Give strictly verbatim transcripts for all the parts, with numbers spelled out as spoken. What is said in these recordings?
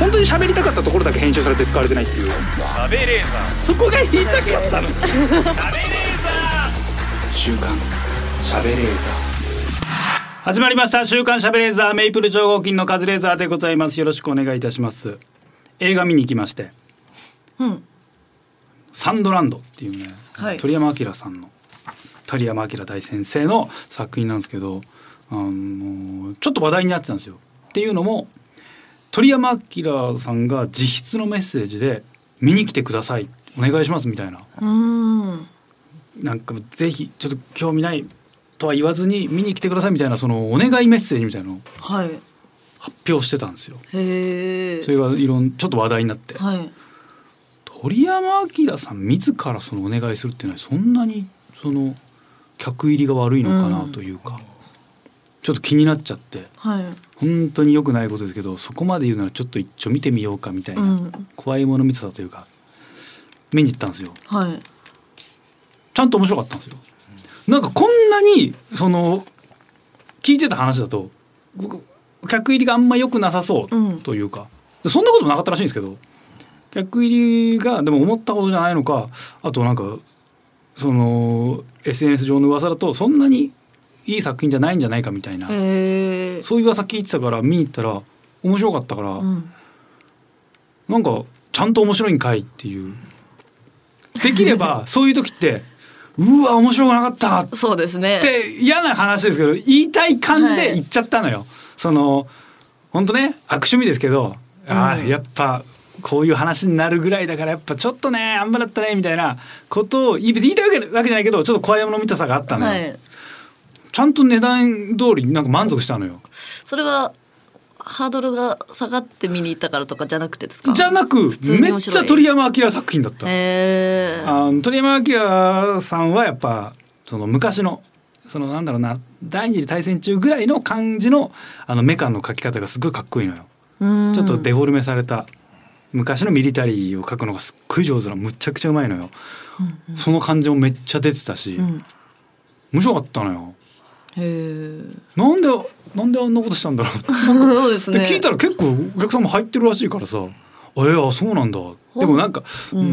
本当に喋りたかったところだけ編集されて使われてないっていう。 喋れーそこが言いたかったの。 喋れーザ週刊喋れーザ始まりました週刊喋れーザーメイプル超合金のカズレーザーでございます。よろしくお願いいたします。映画見に行きまして、 うん、 サンドランドっていうね、 はい、 鳥山明さんの鳥山明大先生の作品なんですけど、あのちょっと話題になってたんですよ。っていうのも鳥山明さんが自筆のメッセージで見に来てくださいお願いしますみたいな、 うーんなんかぜひちょっと興味ないとは言わずに見に来てくださいみたいなそのお願いメッセージみたいなのを発表してたんですよ。 へー。 それがいろんちょっと話題になって、 はい、 鳥山明さん自らそのお願いするっていうのはそんなにその客入りが悪いのかなというか、うん、ちょっと気になっちゃって、 はい、 本当に良くないことですけどそこまで言うならちょっと一丁見てみようかみたいな、うん、怖いもの見てたというか見に行ったんですよ。 はい、 ちゃんと面白かったんですよ。なんかこんなにその聞いてた話だと客入りがあんま良くなさそうというか、うん、そんなこともなかったらしいんですけど客入りがでも思ったことじゃないのか、あとなんかその エスエヌエス 上の噂だとそんなにいい作品じゃないんじゃないかみたいな、 えー、 そういう噂聞いてたから見に行ったら面白かったから、うん、なんかちゃんと面白いんかいっていうできればそういう時ってうわ面白くなかったそうですねって嫌な話ですけど言いたい感じで言っちゃったのよ、はい、その本当ね悪趣味ですけど、うん、ああやっぱこういう話になるぐらいだからやっぱちょっとねあんまだったねみたいなことを言いたいわけじゃないけどちょっと怖いもの見たさがあったのよ、はい、ちゃんと値段通りなんか満足したのよ。 それはハードルが下がって見に行ったからとかじゃなくてですか？ じゃなくめっちゃ鳥山明作品だった。 へー。 あの鳥山明さんはやっぱその昔のそのなんだろうな第二次大戦中ぐらいの感じのあのメカの描き方がすごいかっこいいのよ。うんちょっとデフォルメされた昔のミリタリーを描くのがすっごい上手なむちゃくちゃうまいのよ、うんうん、その感じもめっちゃ出てたし、うん、面白かったのよ。 へー。 なんでなんであんなことしたんだろうそうですね。 で聞いたら結構お客さんも入ってるらしいからさ、あえー、あそうなんだ。でもなんかうん、うん、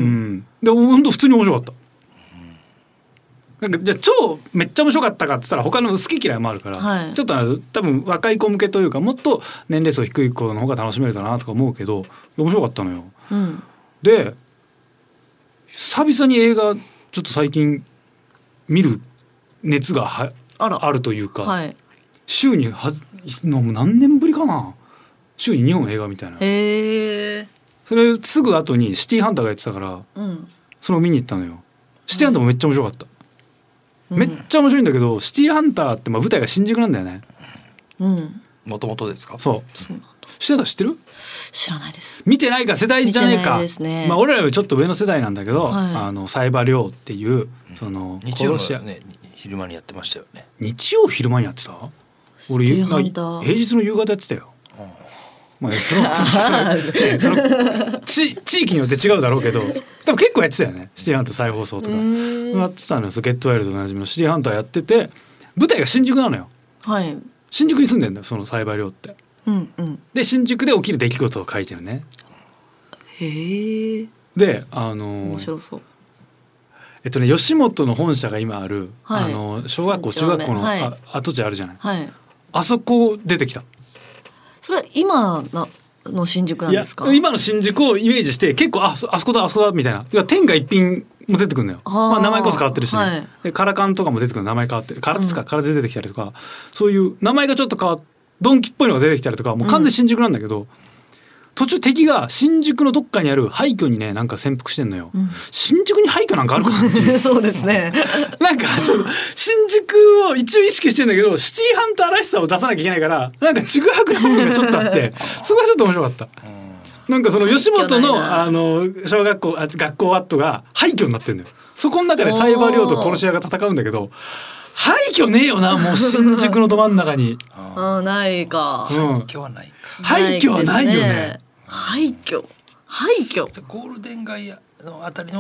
でも本当普通に面白かった。なんかじゃあ超めっちゃ面白かったかって言ったら他の好き嫌いもあるから、はい、ちょっと多分若い子向けというかもっと年齢層低い子の方が楽しめるだなとか思うけど面白かったのよ、うん、で久々に映画ちょっと最近見る熱がは あ, あるというか、はい、週にはの何年ぶりかな週ににほん映画みたいな。 へー。 それすぐ後にシティハンターがやってたから、うん、それを見に行ったのよ。シティハンターもめっちゃ面白かった、うん、めっちゃ面白いんだけどシティハンターってまあ舞台が新宿なんだよね。 もともとですか？ そうそうなんだ。シティハンター知ってる？ 知らないです。 見てないか世代じゃねえか。見てないですね。まあ、俺らよりちょっと上の世代なんだけど、はい、あの冴羽亮っていうその日曜のね昼間にやってましたよね。 日曜昼間にやってた？俺平日の夕方やってたよ。まあ、そのそのその地, 地域によって違うだろうけど多分結構やってたよね。シティハンター再放送とかやってたのよ。ゲットワイルドのなじみのシティハンターやってて舞台が新宿なのよ、はい、新宿に住んでんだよその冴羽亮って、うんうん、で新宿で起きる出来事を書いてるね。 へー。 であの面白そう。 えっとね吉本の本社が今ある、はい、あの小学校中学校の、はい、あ跡地あるじゃない、はい、あそこ出てきた。 それは今の新宿なんですか？ いや今の新宿をイメージして結構 あ, あそこだあそこだみたいな。いや天下一品も出てくるのよ。まあ、名前こそ変わってるし、ね、はい、でカラカンとかも出てくる。名前変わってるカラツか、うん、カラツ出てきたりとかそういう名前がちょっと変わっドンキっぽいのが出てきたりとかもう完全新宿なんだけど、うん、途中敵が新宿のどっかにある廃墟にねなんか潜伏してんのよ、うん、新宿に廃墟なんかあるかなっていうそうですねなんか新宿を一応意識してんだけどシティハンターらしさを出さなきゃいけないからなんかちぐはぐな部分がちょっとあってそこはちょっと面白かった。なんかその吉本のあの小学校あ学校ワットが廃墟になってんだよ。そこの中で冴羽亮と殺し屋が戦うんだけど廃墟ねえよなもう新宿のど真ん中にあないか、 うん、廃墟はないか。 廃墟はないよね。 廃墟廃墟ゴールデン街のあたりの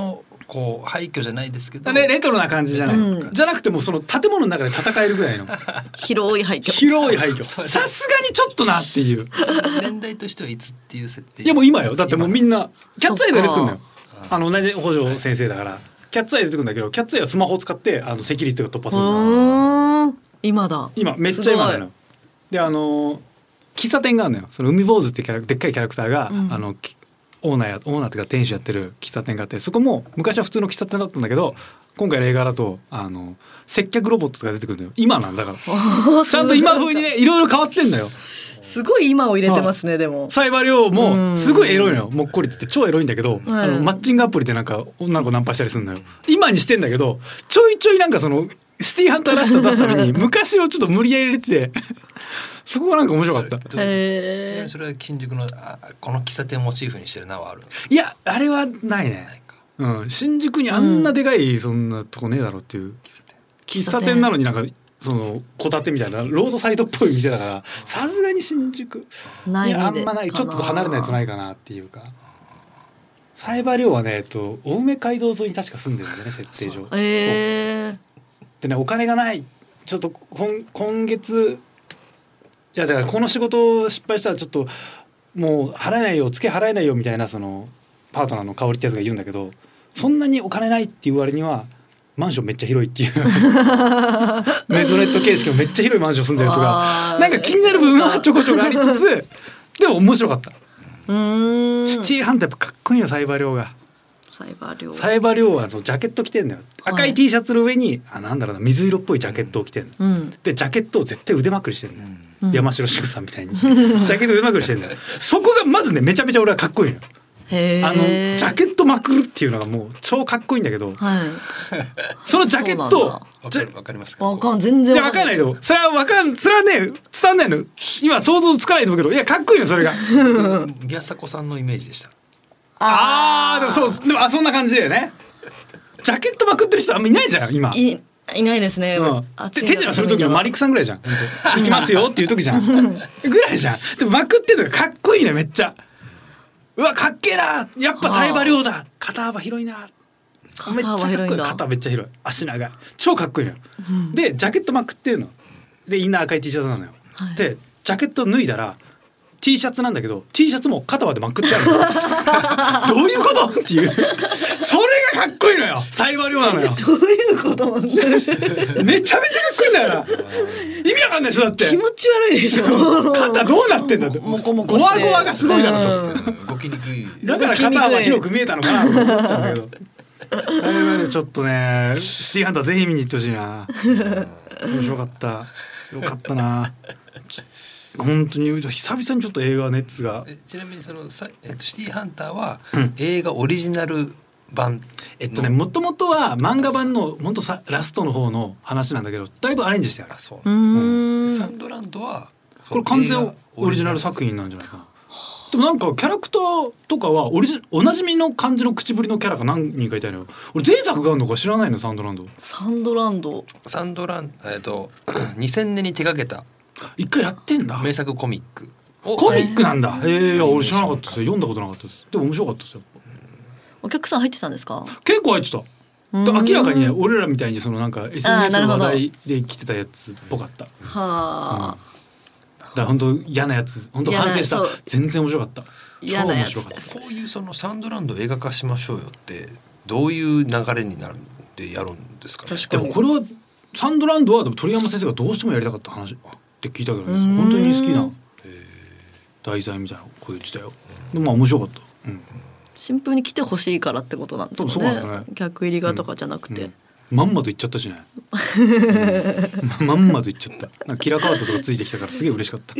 こう廃墟じゃないですけど、 レレトロな感じじゃない、 うんじゃなくてもうその建物の中で戦えるぐらいの広い廃墟。 広い廃墟さすがにちょっとなっていう。 年代としてはいつっていう設定。 いやもう今よ。だってもうみんなキャッツアイで出てくるのよ。 そっかあの同じ北条先生だからキャッツアイで出てくるんだけど、キャッツアイはスマホを使ってあのセキュリティが突破すうるの。 ーん今だ。 今めっちゃ今なのよ。であの喫茶店があるのよ。その海坊主ってキャラでっかいキャラクターが、うん、あのオーナーやオーナーっていうか店主やってる喫茶店があって、そこも昔は普通の喫茶店だったんだけど、今回の映画だとあの接客ロボットが出てくるのよ。今なんだからちゃんと今風にねいろいろ変わってんだよ。 すごい今を入れてますね。でもサイバー量もすごいエロいのよ。もっこりって超エロいんだけど、 はい、 あのマッチングアプリでなんか女の子ナンパしたりするのよ。今にしてんだけど、ちょいちょいなんかそのシティハンターらしさ出すために昔をちょっと無理やり入れててそこがなんか面白かった。 へー。ちなみにそれは新宿のあこの喫茶店をモチーフにしてる名はあるんですか？ いやあれはないね。ないか、うん、新宿にあんなでかいそんなとこねえだろっていう、うん、喫茶店なのになんかその戸建てみたいなロードサイドっぽい店だからさすがに新宿ないあんまない。ちょっと離れないとないかなっていうか。サイバー寮はね、えっと、青梅街道沿いに確か住んでるんだよね設定上。 えー、 でねお金がないちょっと今今月いやだからこの仕事を失敗したらちょっともう払えないよ月払えないよみたいなそのパートナーの香りってやつが言うんだけど、そんなにお金ないっていう割にはマンションめっちゃ広いっていうメゾネット形式のめっちゃ広いマンション住んでるとかなんか気になる部分はちょこちょこありつつでも面白かった。 うーんシティハンターやっぱかっこいいよサイバー寮が。 サイバー寮サイバー寮はそのジャケット着てんだよ、はい、赤い T シャツの上にあなんだろうな水色っぽいジャケットを着てんの、うん、でジャケットを絶対腕まくりしてんの、うん、山城志保さんみたいにジャケット腕まくりしてんだよそこがまずねめちゃめちゃ俺はかっこいいの。 へーあのジャケットまくるっていうのがもう超かっこいいんだけど、はい、そのジャケットわかりますか？ わかん全然わかんないけどそれはわかんそれはね伝わんないの今想像つかないと思うけどいやかっこいいのそれが宮迫さんのイメージでした。 あーでもそうでもあそんな感じだよね。ジャケットまくってる人あんまいないじゃん今。 いいないですね、うん、 手品する時のマリックさんぐらいじゃん行きますよっていう時じゃんぐらいじゃん。でもまくってるのがかっこいいねめっちゃ。うわかっけえなやっぱサイバー寮だ肩幅広いなめっちゃかっこいい肩めっちゃ広い足長い超かっこいいのよ、うん、でジャケットまくってるのでインナー赤い T シャツなのよ、はい、でジャケット脱いだら T シャツなんだけど T シャツも肩までまくってあるのどういうことっていうそれがかっこいいのよサイバー寮なのよどういうことめちゃめちゃかっこいいんだよな意味わかんないでしょだって気持ち悪いでしょ肩どうなってんだってモコモコしてゴワゴワがすごいだろと、 うん、動きにくいだから肩は広く見えたのかなと思っちゃうんだけどあれはねちょっとねシティハンターぜひ見に行ってほしいな面白かったよかったな本当に久々にちょっと映画熱が。 ちなみにそのさ、えっと、シティハンターは映画オリジナル版、 えっとねもともとは漫画版の本当さラストの方の話なんだけどだいぶアレンジしてある。 あそう、うん、サンドランドはこれ完全オリジナル作品なんじゃないかな。でもなんかキャラクターとかはオリジおなじみの感じの口ぶりのキャラが何人かいたのよ。俺前作があるのか知らないのサンドランド。 サンドランドサンドランえっとにせんねんに手掛けた一回やってんだ名作コミック。 コミックなんだ。へえ俺知らなかったですよ。読んだことなかったです。でも面白かったですよ。 お客さん入ってたんですか？ 結構入ってた。明らかにね俺らみたいにそのなんか エスエヌエス の話題で来てたやつっぽかった。はあ、うん、だから本当嫌なやつ本当反省した。全然面白かった。超面白かった。 こういうそのサンドランド映画化しましょうよってどういう流れになるんでやるんですかね。 でもこれはサンドランドはでも鳥山先生がどうしてもやりたかった話って聞いたけど、ね、本当に好きな題材みたいなこと言ってたよ。でもまあ面白かった。うん、 シンプルに来てほしいからってことなんですよ ね, そうそうね客入りがとかじゃなくて、うんうん、まんまと言っちゃったしね、うん、まんまと言っちゃったなんかキラーカードとかついてきたからすげえ嬉しかった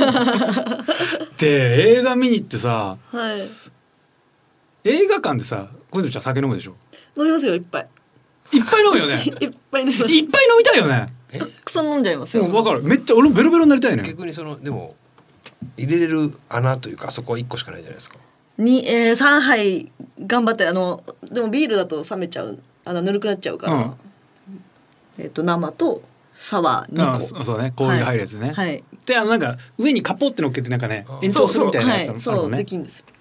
で映画見に行ってさ、はい、映画館でさ小泉ちゃん酒飲むでしょ。 飲みますよいっぱいいっぱい飲むよねいっぱい飲みます。 いっぱい飲みたいよね。 たくさん飲んじゃいますよ。 わかるめっちゃ俺もベロベロになりたいね。 逆にそのでも入れれる穴というかそこはいっこしかないじゃないですか。 に、えー、さんはい頑張ってあのでもビールだと冷めちゃうあのぬるくなっちゃうから、うん、えっ、ー、と生とサワーにこ。ああそうね氷が入るやつね、 はいはい、 であのなんか上にカポって乗っけてなんかね延長するみたいなやつ、 はい、そうできるんですよ。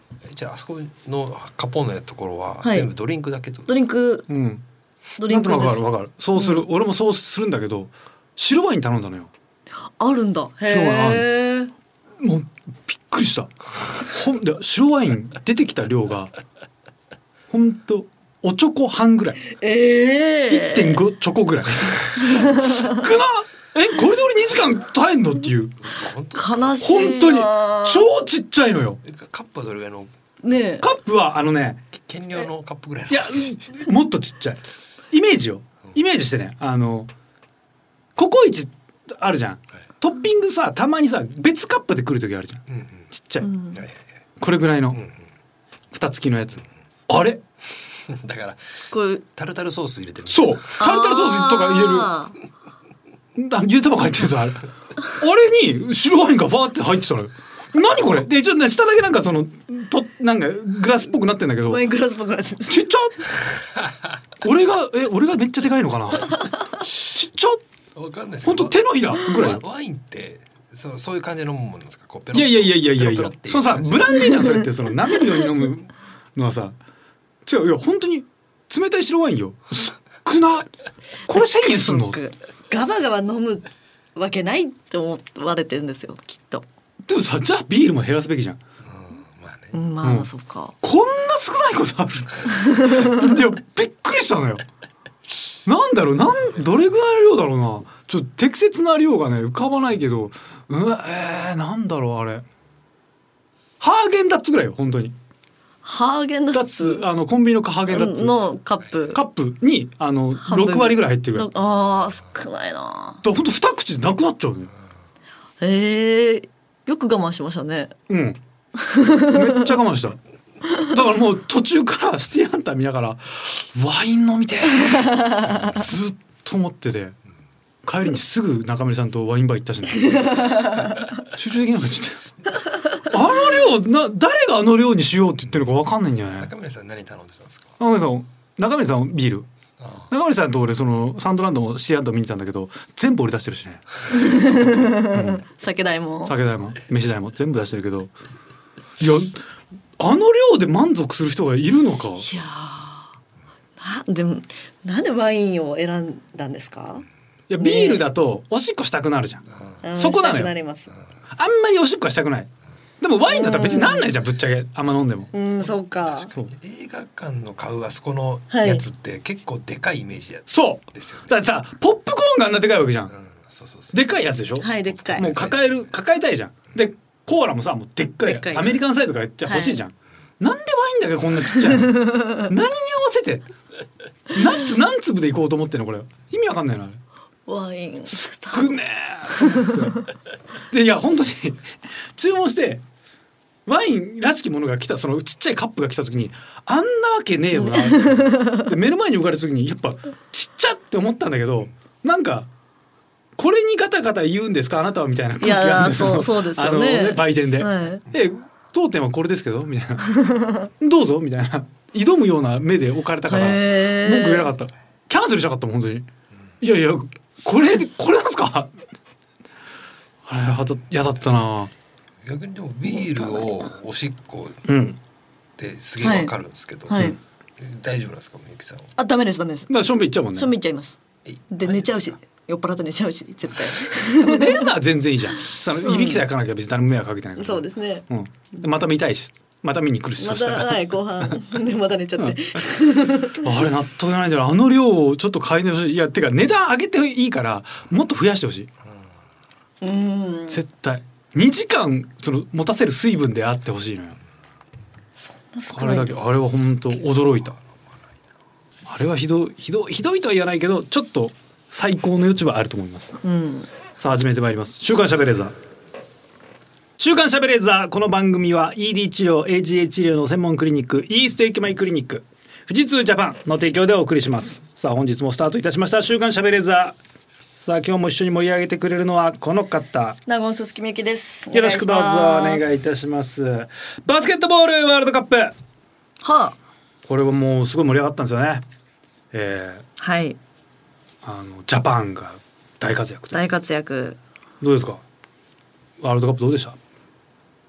じゃああそこのカポーネのところははい全部ドリンクだけと、 ドリンクうんドリンクですなんとなくわかるわかるそうする、 うん俺もそうするんだけど白ワイン頼んだのよ。 あるんだ。へそうなえ。 もうびっくりした。ほんで白ワイン出てきた量がほんとおちょこ半ぐらい、 ええ。 いってんご チョコぐらい少なえこれで俺にじかん耐えんのっていう本当悲しいな。 本当に超ちっちゃいのよ。 カップはどれぐらいのねえ。 カップはあのね兼用のカップぐらいのいやもっとちっちゃいイメージよイメージしてねあのココイチあるじゃん、トッピングさたまにさ別カップで来る時あるじゃん、 うんうんちっちゃい、 うんいやいやいこれぐらいのやうん蓋付きのやつ、あれうんだからこうタルタルソース入れてるそうタルタルソースとか入れるああゆで卵入ってるやつあれあれに白ワインがバーって入ってたのよ。何これでちょっと下だけなんかそのとなんかグラスっぽくなってんだけどーワイングラス僕らです。 ちっちゃ俺がえ俺がめっちゃでかいのかなちっちゃわかんないですほんと手のひらぐらいワワインってそうそういう感じのもんなんですか。こうペロッいやいやいやいやいやいやペロペロっていうそのさ感じブランデーじゃんそれってその舐めるように飲むのはさ違ういや本当に冷たい白ワインよ少なこれせんえんすんの僕ガバガバ飲むわけないって思われてるんですよきっと。 でもさじゃあビールも減らすべきじゃんうんまあねうんまあ、 うんそっか。 こんな少ないことあるいやびっくりしたのよ。なんだろうなんどれぐらいの量だろうなちょっと適切な量がね浮かばないけどうわえー、なんだろうあれハーゲンダッツぐらいよ本当に。 ハーゲンダダッッツツあのコンビニのハーゲンダッツのカップ。 カップにあの半分ろく割ぐらい入ってるぐらい。だかあー少ないな。 らほんと二口でなくなっちゃうね。 ええよく我慢しましたね。 うん。めっちゃ我慢した。だからもう途中からシティハンター見ながらワイン飲みてーずっと思ってて帰りにすぐ中村さんとワインバー行ったしね集中できなくなっちゃってあの量な誰があの量にしようって言ってるのか分かんないんじゃない。 中村さん何頼んでたんですか。 中村さん中村さんビールあ中村さんと俺そのサンドランドもシティハンター見に行ったんだけど全部俺出してるしね、うん酒代も。 酒代も飯代も全部出してるけどいやあの量で満足する人がいるのか。 いやーなでもなんでワインを選んだんですか。 いやビールだとおしっこしたくなるじゃん、 うんそこなのよしたくなります。 あんまりおしっこはしたくない。でもワインだったら別になんないじゃんぶっちゃけあんま飲んでも。 うんそうか。 そう映画館の買うあそこのやつって結構でかいイメージやそうですよね。 だからさポップコーンがあんなでかいわけじゃん、 うんそうそうそうでかいやつでしょ、 はいでっかい。 もう抱える抱えたいじゃん。でコーラもさもうでっかいでっかいアメリカンサイズがじゃ欲しいじゃん、なんでワインだけこんなちっちゃいの何に合わせて何つ何粒でいこうと思ってんのこれ意味わかんないなあれワイン。 少ねえと思ってでいや本当に注文してワインらしきものが来たそのちっちゃいカップが来た時にあんなわけねえよなで目の前に置かれた時にやっぱちっちゃって思ったんだけどなんかこれにガタガタ言うんですかあなたはみたいな空気があるんですよ。 いやそうそうですよねあの売店で、 はいで当店はこれですけどみたいなどうぞみたいな挑むような目で置かれたからへー文句言えなかった。キャンセルしたかったもん本当に。いやいやこれこれなんすかあれはだ嫌だったな。 逆にでもビールをおしっこうんですげえわかるんですけど、 はい。 大丈夫なんですかみゆきさんは。 あダメですダメですだ。からしょんべんいっちゃうもんね。 そう見ちゃいます。 えで寝ちゃうし酔っ払って寝ちゃうし絶対。 寝るのは全然いいじゃん。そのいびきさえかかなきゃ別に誰も迷惑かけてないから。 そうですね。 うん。でまた見たいしまた見に来るしまそしたら。 たはい後半でまた寝ちゃって。 あれ納得いかないんだよなあの量をちょっと改善してほしい。いやてか値段上げていいからもっと増やしてほしいうん。 絶対にじかんその持たせる水分であってほしいのよ。 そんな少あれない。 だけあれは本当驚いた。あれはひどいひどいひどいとは言わないけどちょっと最高の余地はあると思います。 うん。 さあ始めてまいります。週刊しゃべれーザー。週刊しゃべれーザー。この番組は イーディー 治療 エージーエー 治療の専門クリニックイースト駅前クリニック富士通ジャパンの提供でお送りします。さあ本日もスタートいたしました週刊しゃべれーザー。さあ今日も一緒に盛り上げてくれるのはこの方。 ナゴンススキミユキです。 よろしくどうぞお願いいたします。バスケットボールワールドカップ。 はあ。 これはもうすごい盛り上がったんですよね。えはい。 ー、あのジャパンが大活躍と。 大活躍。 どうですかワールドカップどうでした？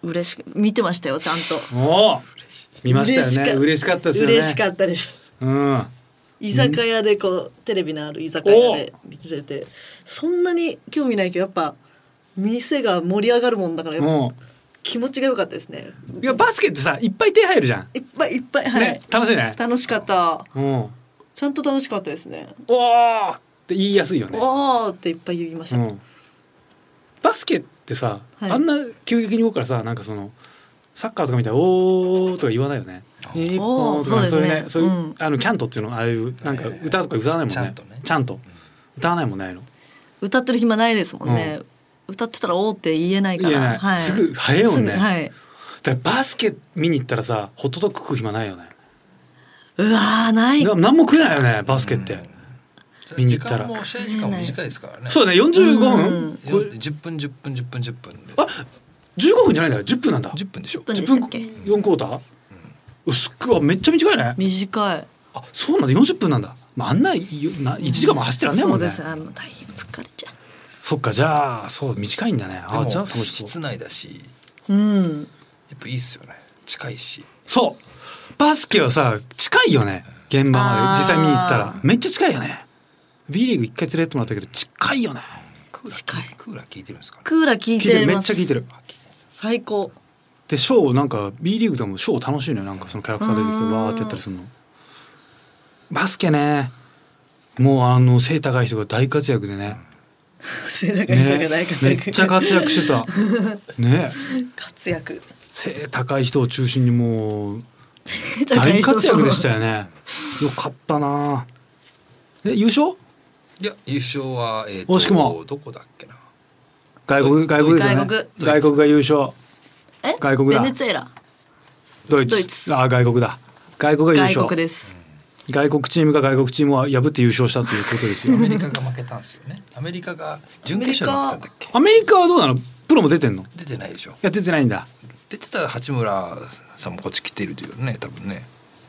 嬉しく見てましたよちゃんと。 おー見ましたよね。 嬉嬉しかったですよね。 嬉しかったです。 うん居酒屋でこうテレビのある居酒屋で見ててそんなに興味ないけどやっぱ店が盛り上がるもんだからやっぱも気持ちが良かったですね。 ういやバスケってさいっぱい手入るじゃん、 いっぱいいっぱいはい、 ね、楽しいね。 楽しかったうんちゃんと楽しかったですね。 おーって言いやすいよね。 おーっていっぱい言いました、 うん、バスケってさ、 はいあんな急激に動くからさなんかそのサッカーとかみたいなおーとか言わないよね。一本とかそういうねそういう、うん、あのキャントっていうのああいうなんか歌とか歌わないもんね。ちゃんとねちゃんと歌わないもんないの。 歌ってる暇ないですもんね、うん、歌ってたらおーって言えないから、 はい、すぐ早いもんね。 はい、 だからバスケ見に行ったらさホットドッグ食う暇ないよね。 うわーない何も食えないよねバスケって、うん、見に行ったら時間も試合時間も短いですからね。 そうねよんじゅうごふん、うん、 じゅっぷんじゅっぷんじゅっぷんじゅっぷんであじゅうごふんじゃないんだよじゅっぷんなんだ。 じゅっぷんでしょ。 じゅっぷんよんクォーター、うん、すっごいめっちゃ短いね。 短い。 あそうなんだよんじゅっぷんなんだ、まあ、あんないいちじかんも走ってらんねえもんね、 うん、そうですあの大変疲れちゃう。 そっかじゃあそう短いんだね。あじゃあ楽しそう。 室内だし、 うん、 やっぱいいっすよね近いし。 そうバスケはさ近いよね現場まで実際見に行ったらめっちゃ近いよね。 B リーグ一回連れてってもらったけど近いよね。 近い。 クーラー効いてるんですかね。 クーラー効いてるめっちゃ効いてる。 最高でショーなんか B リーグでもショー楽しいのよ。なんかそのキャラクター出てきてわーってやったりするの。バスケねもうあの背高い人が大活躍でね背高い人が大活躍、 ね、めっちゃ活躍してたね。 活躍背高い人を中心にもう大活躍でしたよね。よかったな。え優勝？ いや優勝は、えー、と惜しくもどこだっけな。 外国外国ですよね。 外国外国が優勝。 え外国だ。 ベネズエラドイツ。 ドイツあ外国だ。外国が優勝。 外国です。 外国チームが外国チームを破って優勝したということですよ。 アメリカが負けたんですよね。アメリカが準決勝だったんだっけ。 アメリカはどうなの？プロも出てんの？ 出てないでしょ。いや出てないんだ。 出てた八村さんもこっち来てるというね多分ね。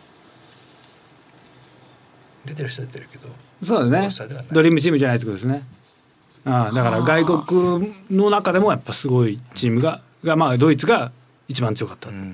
出てる人出てるけど。 そうだね。ドリームチームじゃないってことですね。ああだから外国の中でもやっぱすごいチームががまあドイツが一番強かった。うん。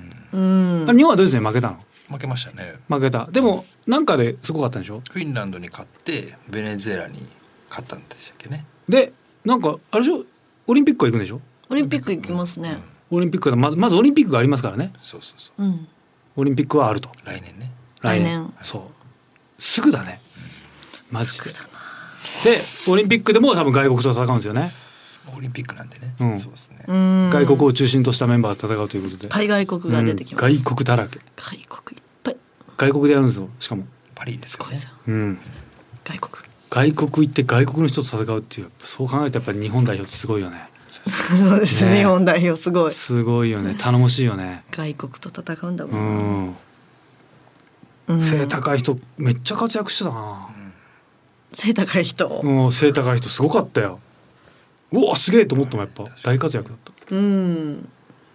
日本はドイツに負けたの？ 負けましたね。 負けた。でもなんかですごかったんでしょ？ フィンランドに勝ってベネズエラに勝ったんでしたっけね。 でなんかあれでしょ？オリンピックは行くんでしょ？ オリンピック行きますね。 うん、オリンピックはまずまずオリンピックがありますからね。 そうそうそう。 うん、 オリンピックはあると。 来年ね。 来年。 そうすぐだね。マジで。 すぐだな。 でオリンピックでも多分外国と戦うんですよね。 オリンピックなんでね。 うん、 そうですね。 外国を中心としたメンバーで戦うということで。いっぱい外国が出てきます。 うん、外国だらけ。 外国いっぱい。 外国でやるんですよ。しかもパリですかね。 うん。 外国。 外国行って外国の人と戦うっていうそう考えるとやっぱり日本代表ってすごいよね。 そうですね。日本代表すごい。 すごいよね。頼もしいよね。 外国と戦うんだもん。うん。背高い人めっちゃ活躍してたな。 背高い人。 もう背高い人すごかったよ。うわすげえと思ったもんやっぱ大活躍だった。 うん。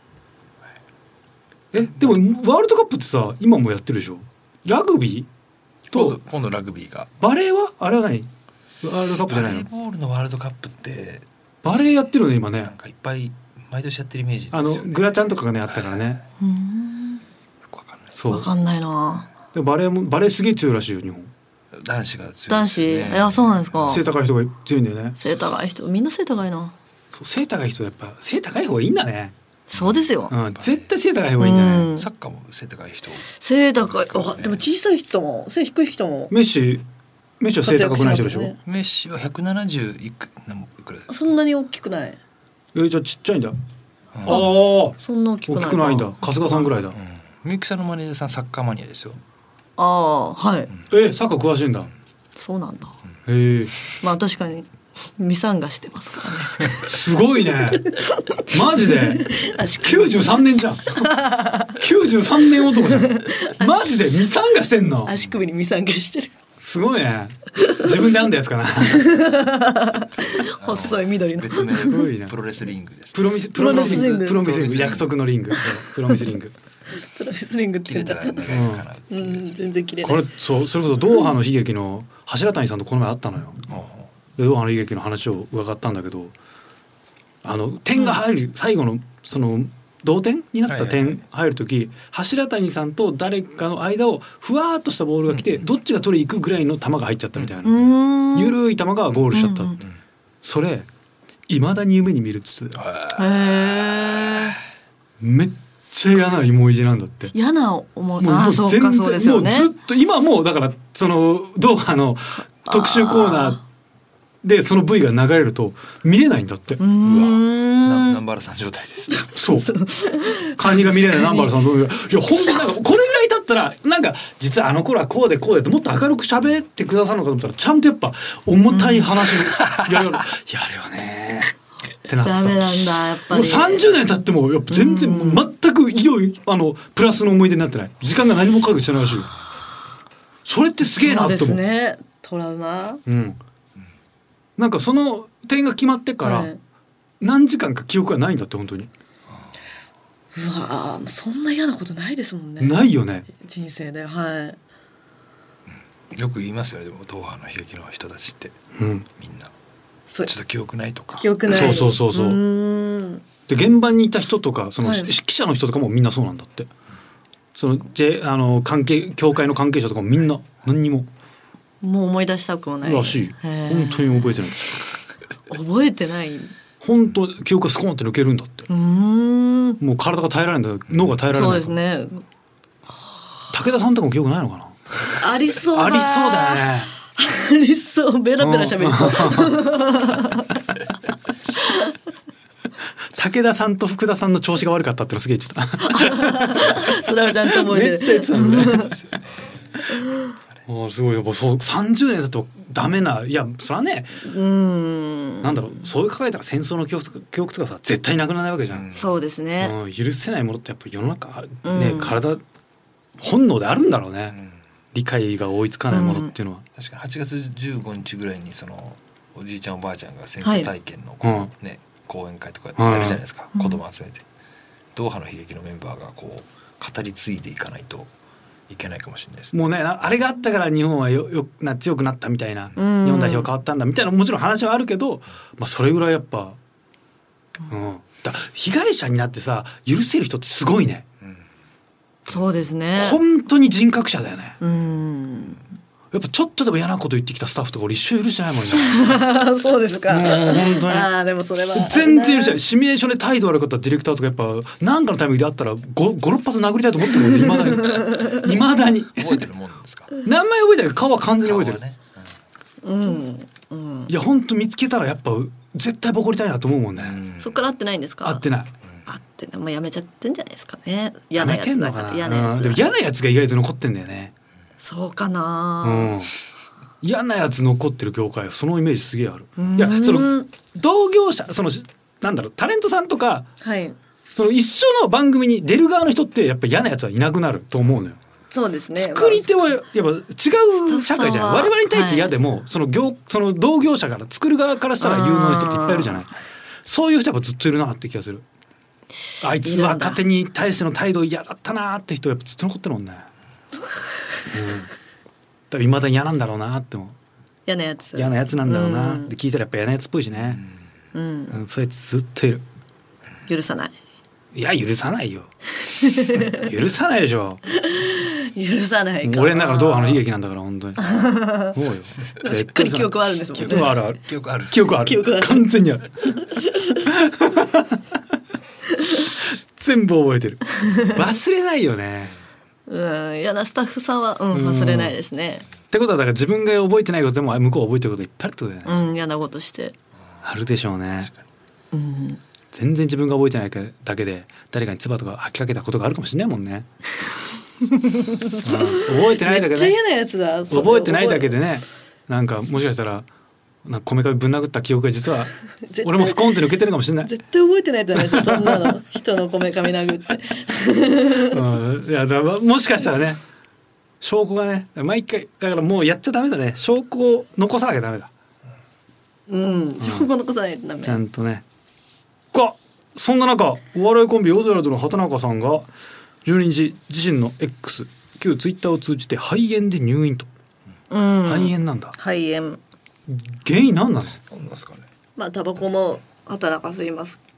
えでもワールドカップってさ今もやってるでしょ。ラグビーと今度ラグビーが。 バレーはあれは何？ワールドカップじゃないの？ バレーボールのワールドカップってバレーやってるの今ね。 なんかいっぱい毎年やってるイメージですよね。 あのグラちゃんとかがねあったからね。 うん。 よくわかんない。 そう。 わかんないな。 でもバレーもバレーすげえ強いらしいよ日本。 男子が強いですね。 男子いやそうなんですか。 背高い人が強いんだよね。 背高い人みんな背高いな。 そう背高い人やっぱ背高い方がいいんだね。 そうですよ。 うん、絶対背高い方がいいんだね。 うん、 サッカーも背高い人。 背高い。あでも小さい人も背低い人も。 メッシメッシは背高くない人でしょ。 ね、メッシはひゃくななじゅういく何もいくらですか。 そんなに大きくない。 えじゃあちっちゃいんだ。 うん、 ああそんな大きくない。 大きくないんだ。春日さんぐらいだ。 みゆきさんのマネージャーさんサッカーマニアですよ。 ああはい。 えサッカー詳しいんだ。 そうなんだ。 へえ。 まあ確かにミサンガしてますからね。 すごいね。マジで。きゅうじゅうさんねんじゃん。きゅうじゅうさんねん男じゃん。マジでミサンガしてんの。 足首にミサンガしてる。 すごいね。自分で編んだやつかな。 細い緑の。 別名すごいな。プロレスリングです。 プロミスプロミスリングプロミスリング約束のリング。プロミスリング。 プロレスリングって言うんだ。うん、全然切れない。 これそうそれこそドーハの悲劇の柱谷さんとこの前会ったのよ。でドーハの悲劇の話を伺ったんだけど、あの点が入る最後のその同点になったはいはいはい点入る時、柱谷さんと誰かの間をふわーっとしたボールが来て、どっちが取り行くぐらいの球が入っちゃったみたいな、 うーんゆるい球がゴールしちゃった、 うんうんそれいまだに夢に見るっつってた。 へえめっちゃ嫌な思い出なんだって。 嫌な思いもうああそうかそうですよね。 もうずっと今もうだからそのドーハの特集コーナーでその ブイ が流れると見れないんだって。 うーんな南原さん状態ですね。 そうカニが見れない南原さんといや本当になんかこれぐらい経ったらなんか実はあの頃はこうでこうでってもっと明るく喋ってくださるのかと思ったらちゃんとやっぱ重たい話やるよやれよねってなってさダメなんだやっぱり。 もうさんじゅうねん経ってもやっぱ全然もう全くいよいあのプラスの思い出になってない。時間が何もかかしてないらしいよ。それってすげえなって思う。 そうですねトラウマ。 うん、なんかその点が決まってからはい何時間か記憶がないんだって本当に。 うわーそんな嫌なことないですもんね。 ないよね。 人生ではいよく言いますよね。でもドーハの悲劇の人たちってうん、 みんなそうちょっと記憶ないとか。 記憶ない。 そうそうそうそうーんで現場にいた人とかその、 はい記者の人とかもみんなそうなんだって。その J あの関係協会の関係者とかもみんな何にももう思い出したくもないらしい。 へー本当に覚えてない。 覚えてない。 本当記憶がスコーンって抜けるんだって。 うーんもう体が耐えられないんだ。脳が耐えられない。 そうですね。 武田さんとかも記憶ないのかな。 ありそうだ。 ありそうだよね。 ありそうベラベラ喋りそう。 武田さんと福田さんの調子が悪かったってのすげえ言ってた。 それはちゃんと覚えてる。 めっちゃ言ってたのね。ああすごいやっぱそうさんじゅうねんだとダメないやそれはねうーんなんだろうそういう考えたら戦争の記憶とか記憶とかさ絶対なくならないわけじゃん、 そうですね。 うん、許せないものってやっぱ世の中ね、 うん体本能であるんだろうね、 うん理解が追いつかないものっていうのは、 確かにはちがつじゅうごにちぐらいにそのおじいちゃんおばあちゃんが戦争体験のこう、 はいね講演会とかやるじゃないですか、 うん子供集めてドーハの悲劇のメンバーがこう語り継いでいかないといけないかもしれないですね。 もうねあれがあったから日本はよよな強くなったみたいな、 うん日本代表変わったんだみたいなもちろん話はあるけど、まあ、それぐらいやっぱ、うん、だ被害者になってさ許せる人ってすごいね、 うんそうですね。 本当に人格者だよね。 うーんやっぱちょっとでも嫌なこと言ってきたスタッフとか俺一生許してないもんね。 そうですか。 もう本当にああでもそれは全然許してない。シミュレーションで態度悪かったディレクターとかやっぱ何かのタイミングであったらごごろっ発殴りたいと思ってるのいまだにいまだに覚えてるもんですか。 名前覚えてる顔は完全に覚えてる、 顔はねうんうん。 いや本当見つけたらやっぱ絶対ボコりたいなと思うもんね、 うんそっから会ってないんですか。 合ってない会ってねもうやめちゃってんじゃないですかね。 や嫌なめてんのかなやつだから嫌なやつだ。 うんでも嫌なやつが意外と残ってんだよね、 そうかうな。 ん、嫌なやつ残ってる業界そのイメージすげえある。 うんいやその同業者そのなんだろうタレントさんとかはい。 その一緒の番組に出る側の人ってやっぱ嫌なやつはいなくなると思うのよ。 そうですね。 作り手はやっぱ違う社会じゃない。 スタッフさんは我々に対して嫌でも、その業その同業者から作る側からしたら有能な人っていっぱいいるじゃない。そういう人やっぱずっといるなって気がする。あいつ若手に対しての態度嫌だったなって人やっぱずっと残ってるもんね。うん、多分未だに嫌なんだろうなっても嫌なやつ。 嫌なやつなんだろうなっうんて聞いたらやっぱ嫌なやつっぽいしね。 うんうん、そうやってずっといる。 許さない。 いや許さないよ。許さないでしょ。 許さないかな。 俺の中のドーハの悲劇なんだから本当に。そうよ。 しっかり記憶はあるんですもんね。 記憶あるある。 記憶ある。 記憶ある。 記憶ある完全にある。全部覚えてる。忘れないよね。 うん嫌なスタッフさんはうん忘れないですね。 ってことはだから自分が覚えてないことでも向こうは覚えてることいっぱいあるってことだよね。 うん嫌なことして。 あるでしょうね。 うん全然自分が覚えてないだけで誰かに唾とか吐きかけたことがあるかもしれないもんね。うん、覚えてないだけで、ね、 めっちゃ嫌なやつだ。それ覚えてないだけでねなんかもしかしたらなんかこめかみぶん殴った記憶が実は絶対俺もスコーンって抜けてるかもしれない。 絶対覚えてないじゃないですかそんなの人のこめかみ殴って。 うん、いやだからもしかしたらね証拠がね毎回だからもうやっちゃダメだね証拠を残さなきゃダメだうん証拠残さないとダメ。 ちゃんとね。かそんな中お笑いコンビオズワルドの畑中さんがじゅうににち自身の X 旧ツイッターを通じて肺炎で入院と、 うん肺炎なんだ。 肺炎。 原因なんなの。 なんですかね。 まあタバコも畑中吸います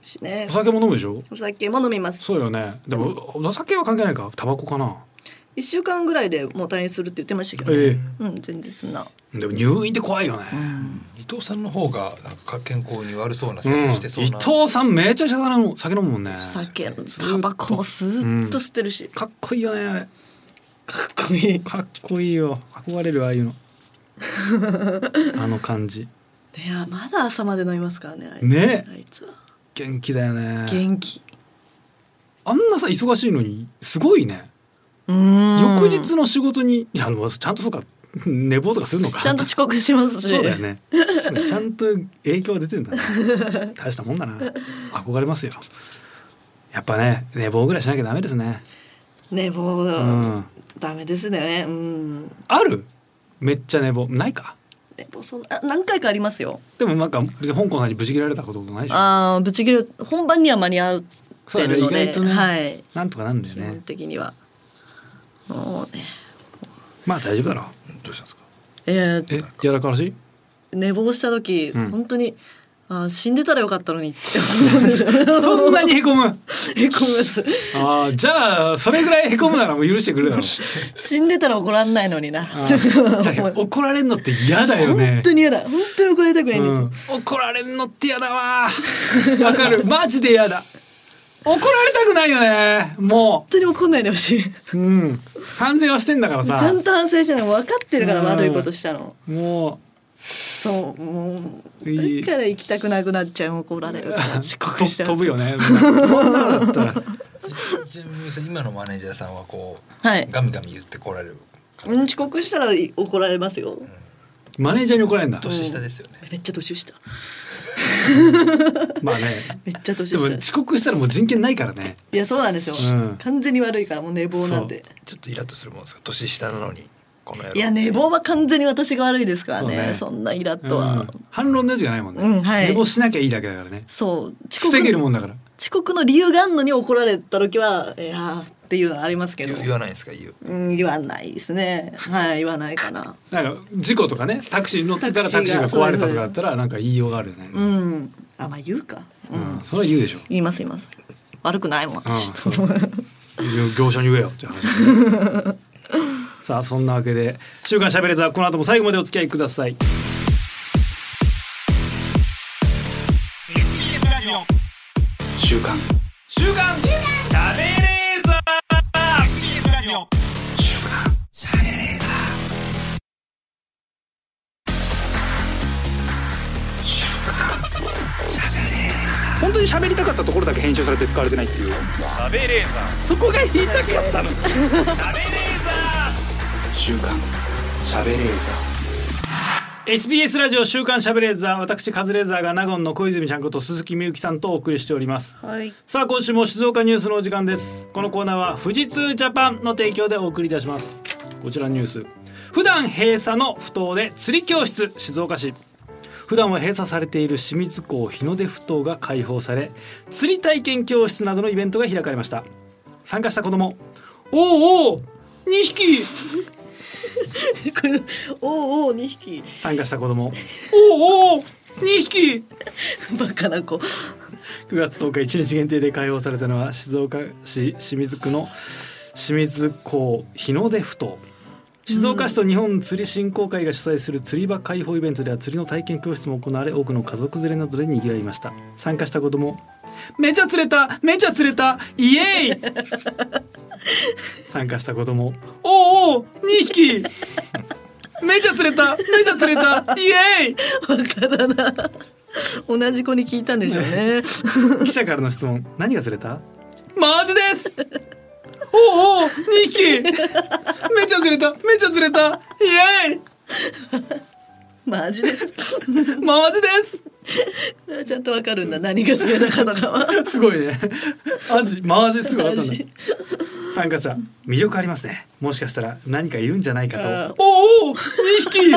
しねお。酒も飲むでしょ。 お酒も飲みます。 そうよね。でもお酒は関係ないか。タバコかな。 いっしゅうかんぐらいでもう退院するって言ってましたけど、ね、 ええうん全然そんな。 でも入院って怖いよね。 うん、 伊藤さんの方がなんか健康に悪そうな生うん、 活してそうな、 伊藤さんめちゃくちゃ酒飲む酒飲むもんね。 酒タバコもずっと吸ってるし、 うん、かっこいいよねあれ。 かっこいい。 かっこいいよ。憧れるああいうの。あの感じ。 いやまだ朝まで飲みますからね。あいつね。 あいつは元気だよね。 元気。 あんなさ忙しいのにすごいね。 うーん翌日の仕事にいやもうちゃんとそうか寝坊とかするのか。 ちゃんと遅刻しますし。 そうだよね。ちゃんと影響が出てんだな。大したもんだな。憧れますよ。やっぱね寝坊ぐらいしなきゃダメですね。 寝坊、 うん、 ダメですね。うん。 ある？めっちゃ寝坊ないか。 寝坊そんあ何回かありますよ。 でもなんか別に香港さんにブチ切られたことないでしょ。 ああブチ切る本番には間に合ってるので、 そうだね、意外とね、 はい。 なんとかなんだよ基本ね。 的には。もうね。 まあ大丈夫だろう。 どうしたんですか。 ええー、 柔らからしい？ 寝坊した時、 うん、 本当にあ死んでたらよかったのにって思うんですよ。 そんなにへこむ？ へこみます。 ああじゃあそれぐらいへこむならもう許してくれるだろう。 死んでたら怒らんないのにな。 怒られんのって嫌だよね。 本当に嫌だ。本当に怒られたくないんですよ、 うん、怒られんのって嫌だわ。わかる。マジで嫌だ。怒られたくないよね。もう本当に怒んないでほしい。 うん、反省はしてんだからさ。 ちゃんと反省してるの分かってるから、悪いことしたの。 もうそうもういいだから行きたくなくなっちゃう。怒られるから遅刻したら飛ぶよね。ちなみに今のマネージャーさんはこう、 はい、 ガミガミ言ってこられる。 うん、遅刻したら怒られますよ、うん、 マネージャーに怒られるんだ。 年下ですよね、 うん、めっちゃ年下。 まあねめっちゃ年下。 でも遅刻したらもう人権ないからね。 いやそうなんですよ、うん、完全に悪いからもう寝坊なんで。 ちょっとイラッとするもんですか。年下なのにこの野郎。 いや寝坊は完全に私が悪いですから ね, そ, ねそんなイラッとは、うん、 反論のやつじゃないもんね、 うんはい、 寝坊しなきゃいいだけだからね。 そう遅刻防げるもんだから。 遅刻の理由があんのに怒られた時はいやっていうのはありますけど。 言わないんですか。言う、 うん、言わないですね。はい言わないかな。 なんか事故とかねタクシーに乗ってたらタクシーが壊れたとかだったらなんか言いようがあるよね。 うんあまあ言うか、 うんうん、それは言うでしょ。 言います言います。悪くないもん私、 うん、業者に言えよって話さあそんなわけで週刊しゃべれザこの後も最後までお付き合いください。 週刊週刊しゃべれーザ週刊しゃべれーザ週刊しゃべれーザ。 本当に喋りたかったところだけ編集されて使われてないっていう。しゃべれーザそこが言いたかったの。しゃべれーザ週刊しゃべれーザ。 エスビーエス ラジオ週刊しゃべれーザー、私カズレーザーが納言の小泉ちゃんこと鈴木みゆきさんとお送りしております、 はい、 さあ今週も静岡ニュースのお時間です。このコーナーは富士通ジャパンの提供でお送りいたします。こちらのニュース、普段閉鎖の埠頭で釣り教室。静岡市、普段は閉鎖されている清水港日の出埠頭が開放され釣り体験教室などのイベントが開かれました。参加した子供、おおにひきこれおうおうにひき参加した子供、おおにひきバカな子。 くがつとおかいちにち限定で開放されたのは静岡市清水区の清水港日の出埠頭。静岡市と日本釣り振興会が主催する釣り場開放イベントでは釣りの体験教室も行われ多くの家族連れなどで賑わいました。参加した子供、めちゃ釣れためちゃ釣れたイエーイ参加した子供、おおにひきめちゃ釣れためちゃ釣れたイエーイバカだな。同じ子に聞いたんでしょうね記者からの質問、何が釣れた？マジですおおにひきめちゃ釣れためちゃ釣れたイエーイマジですマジですちゃんとわかるんだ、何が釣れたかとかはすごいね。マジマジすごいあったんだ。参加者、魅力ありますね。もしかしたら何かいるんじゃないかと。おおにひき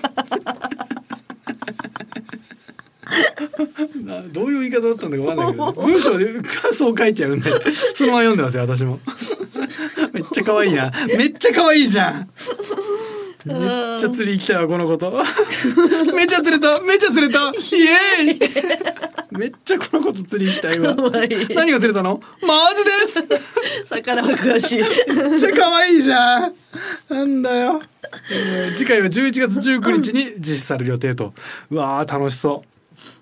などういう言い方だったんだか分かんないけど文章で感想を書いてあるんでそのまま読んでますよ私もめっちゃ可愛いな、めっちゃ可愛いじゃん。めっちゃ釣り行きたいわこのことめっちゃ釣れためっちゃ釣れたイエーイめっちゃこの子と釣り行きたいわ。 かわいい。 何が釣れたの？マジです。 魚は詳しい。 めっちゃ可愛いじゃん。なんだよ。えー次回はじゅういちがつじゅうくにちに実施される予定と。うわー楽しそう。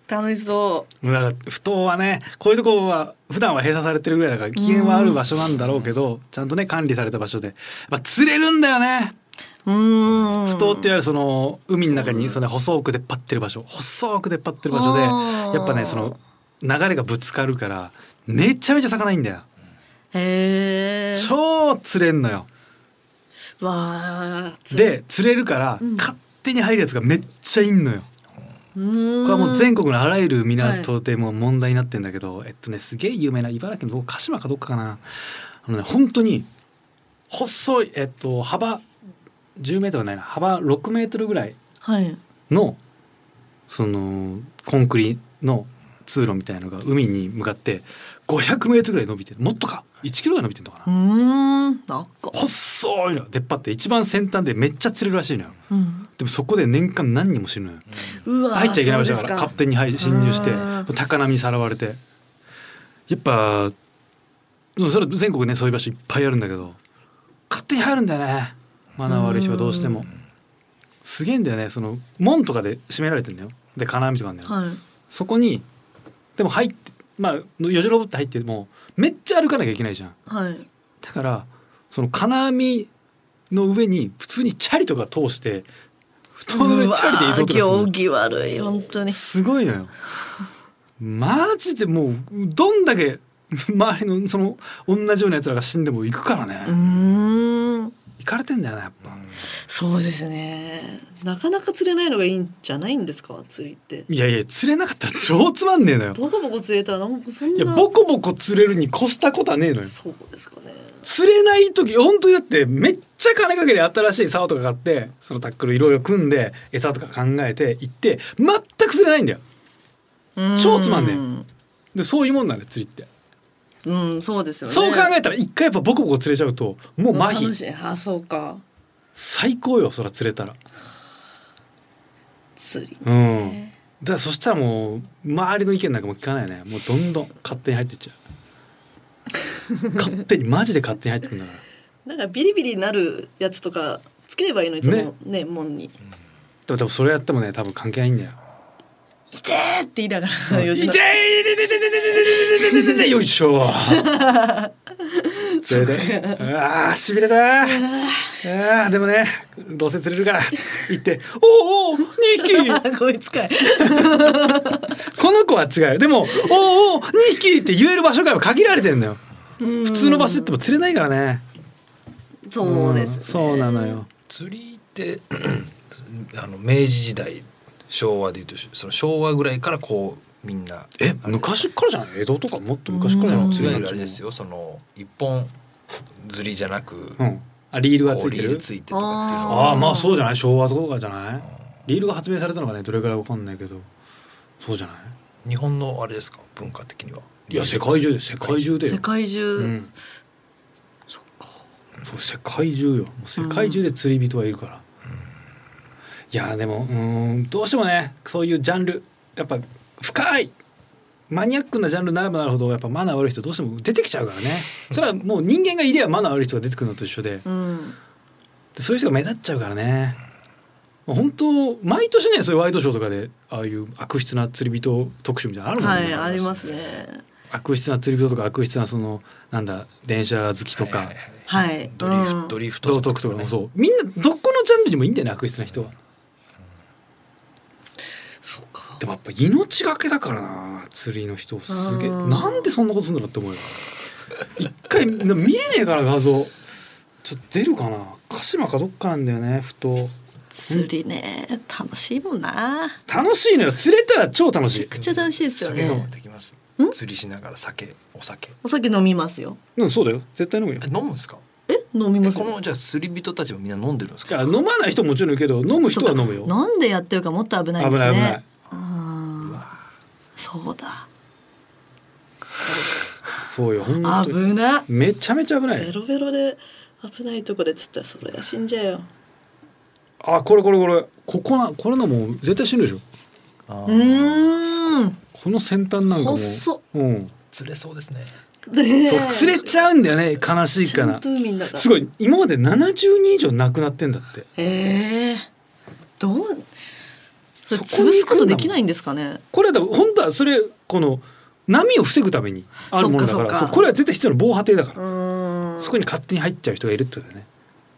楽しそだからふ頭はねこういうところは普段は閉鎖されてるぐらいだから危険はある場所なんだろうけど、ちゃんとね管理された場所でやっぱ釣れるんだよね。 う。うーん。 ふ頭っていわゆるその海の中にその細く出っ張ってる場所細く出っ張ってる場所であーやっぱねその流れがぶつかるからめちゃめちゃ魚いいんだよ。 へえ。 超釣れんのよ。 わあ。 で釣れるからうん勝手に入るやつがめっちゃいんのよ。 うーん。 これはもう全国のあらゆる港でもう問題になってんだけど、えっとねすげえ有名な茨城のどこ鹿島かどっかかな、あのね本当に細いえっと幅じゅうメートルないな幅ろくメートルぐらいはい。 のそのコンクリの通路みたいなのが海に向かってごひゃくメートルぐらい伸びてる、もっとかいちキロぐらい伸びてるのかうーな、 ん。なんか。 細いの出っ張って一番先端でめっちゃ釣れるらしいのよ。 うん。 でもそこで年間何人も死ぬのよ。 うわ。 入っちゃいけない場所だからそうです勝手に入侵入してうん高波にさらわれて、やっぱそれ全国ねそういう場所いっぱいあるんだけど勝手に入るんだよね、マナー悪い人はどうしても。すげえんだよね、その門とかで閉められてんだよ。で金網とかあるんだよ、 はい。 そこにでも入ってまあよじ登って入ってもめっちゃ歩かなきゃいけないじゃん。 はい。 だからその金網の上に普通にチャリとか通して布団の上チャリで移動とかするの。 行儀悪い本当に。 すごいのよ。マジでもうどんだけ周りのその同じようなやつらが死んでも行くからね。 うーん。 行かれてんだよねやっぱ。 そうですね。なかなか釣れないのがいいんじゃないんですか釣りって。 いやいや釣れなかったら超つまんねえのよ。 ボコボコ釣れたらなんかそんな。 いやボコボコ釣れるに越したことはねえのよ。 そうですかね。 釣れない時本当にだってめっちゃ金かけて新しい竿とか買ってそのタックルいろいろ組んで餌とか考えて行って全く釣れないんだよ。超つまんねえ。でそういうもんなんだよ釣りって。 うん、そうですよね。 そう考えたら一回やっぱボコボコ釣れちゃうともう麻楽痺。 しい。あ、そうか。 最高よそら釣れたら。 釣りうん。 ね。 だからそしたらもう周りの意見なんかも聞かないよね。もうどんどん勝手に入ってっちゃう。勝手にマジで勝手に入ってくんだから。 なんかビリビリになるやつとかつければいいのにそのね門に。 でも多分それやってもね多分関係ないんだよ。 痛えって言いながら痛い吉野よいしょ。それでああしびれた。ああでもねどうせ釣れるから行っておおにひきこいつかい。 この子は違う。でもおおにひきって言える場所が限られてるんだよ。普通の場所っても釣れないからね。 そうですね。 んそうなのよ。 釣りってあの明治時代昭和でいうとその昭和ぐらいからこうみんなえ昔からじゃない江戸とかもっと昔からじゃない。 いわゆるあれですよその一本釣りじゃなく、 うん、あリールがつこうリーいてるルついてとかっていうのはああまあそうじゃない昭和とかじゃないリールが発明されたのがねどれくらいわかんないけどそうじゃない日本のあれですか文化的には。 いや世界中です世界中でよ世界中、 うん、 そっか。 そう世界中よもう世界中で釣り人はいるから、うん、いやでもうーんどうしてもねそういうジャンルやっぱ深いマニアックなジャンルになればなるほどやっぱマナー悪い人どうしても出てきちゃうからねそれはもう人間がいればマナー悪い人が出てくるのと一緒で、 うん、 でそういう人が目立っちゃうからね本当毎年ねそういうワイドショーとかでああいう悪質な釣り人特集みたいなのあるもんね、 はいありますね。 悪質な釣り人とか悪質なそのなんだ電車好きとか、 はいはいはいはいドリフ、 うんドリフト道徳とかもそうみんなどこのジャンルにもいいんだよね悪質な人は。 そうか。 でもやっぱ命がけだからな釣りの人すげえうんなんでそんなことするんだろうって思うよ一回見れねえから画像ちょっと出るかな鹿島かどっかなんだよねふと釣りね楽しいもんな。 楽しいのよ釣れたら超楽しいめちゃくちゃ楽しいですよ酒飲むね。 できますん釣りしながら酒お酒お酒飲みますよ。 うんそうだよ絶対飲むよえ飲むんですか。 え飲みますよ。 えこのじゃあ釣り人たちもみんな飲んでるんですか。 いや飲まない人ももちろんいるけど飲む人は飲むよ。 飲んでやってるからもっと危ない危ですね。 ない危ない。 うんそうだ。 そうよ本当に危な。 めちゃめちゃ危ない。 ベロベロで危ないとこで釣ったらそれは死んじゃうよ。 あこれこれこれここなこれのもう絶対死ぬでしょ。 あうーんこの先端なんかも細っう、うん、 釣れそうですね。 ねそう釣れちゃうんだよね。悲しいかなちゃんと海の中すごい今までななじゅうにん以上亡くなってんだって。 えー、どうそれそこに潰すこと行くんだもんできないんですかね。 これはだから本当はそれこの波を防ぐためにあるものだからそっかそっかそうこれは絶対必要な防波堤だかうら、 ーんそこに勝手に入っちゃう人がいるってことだよね。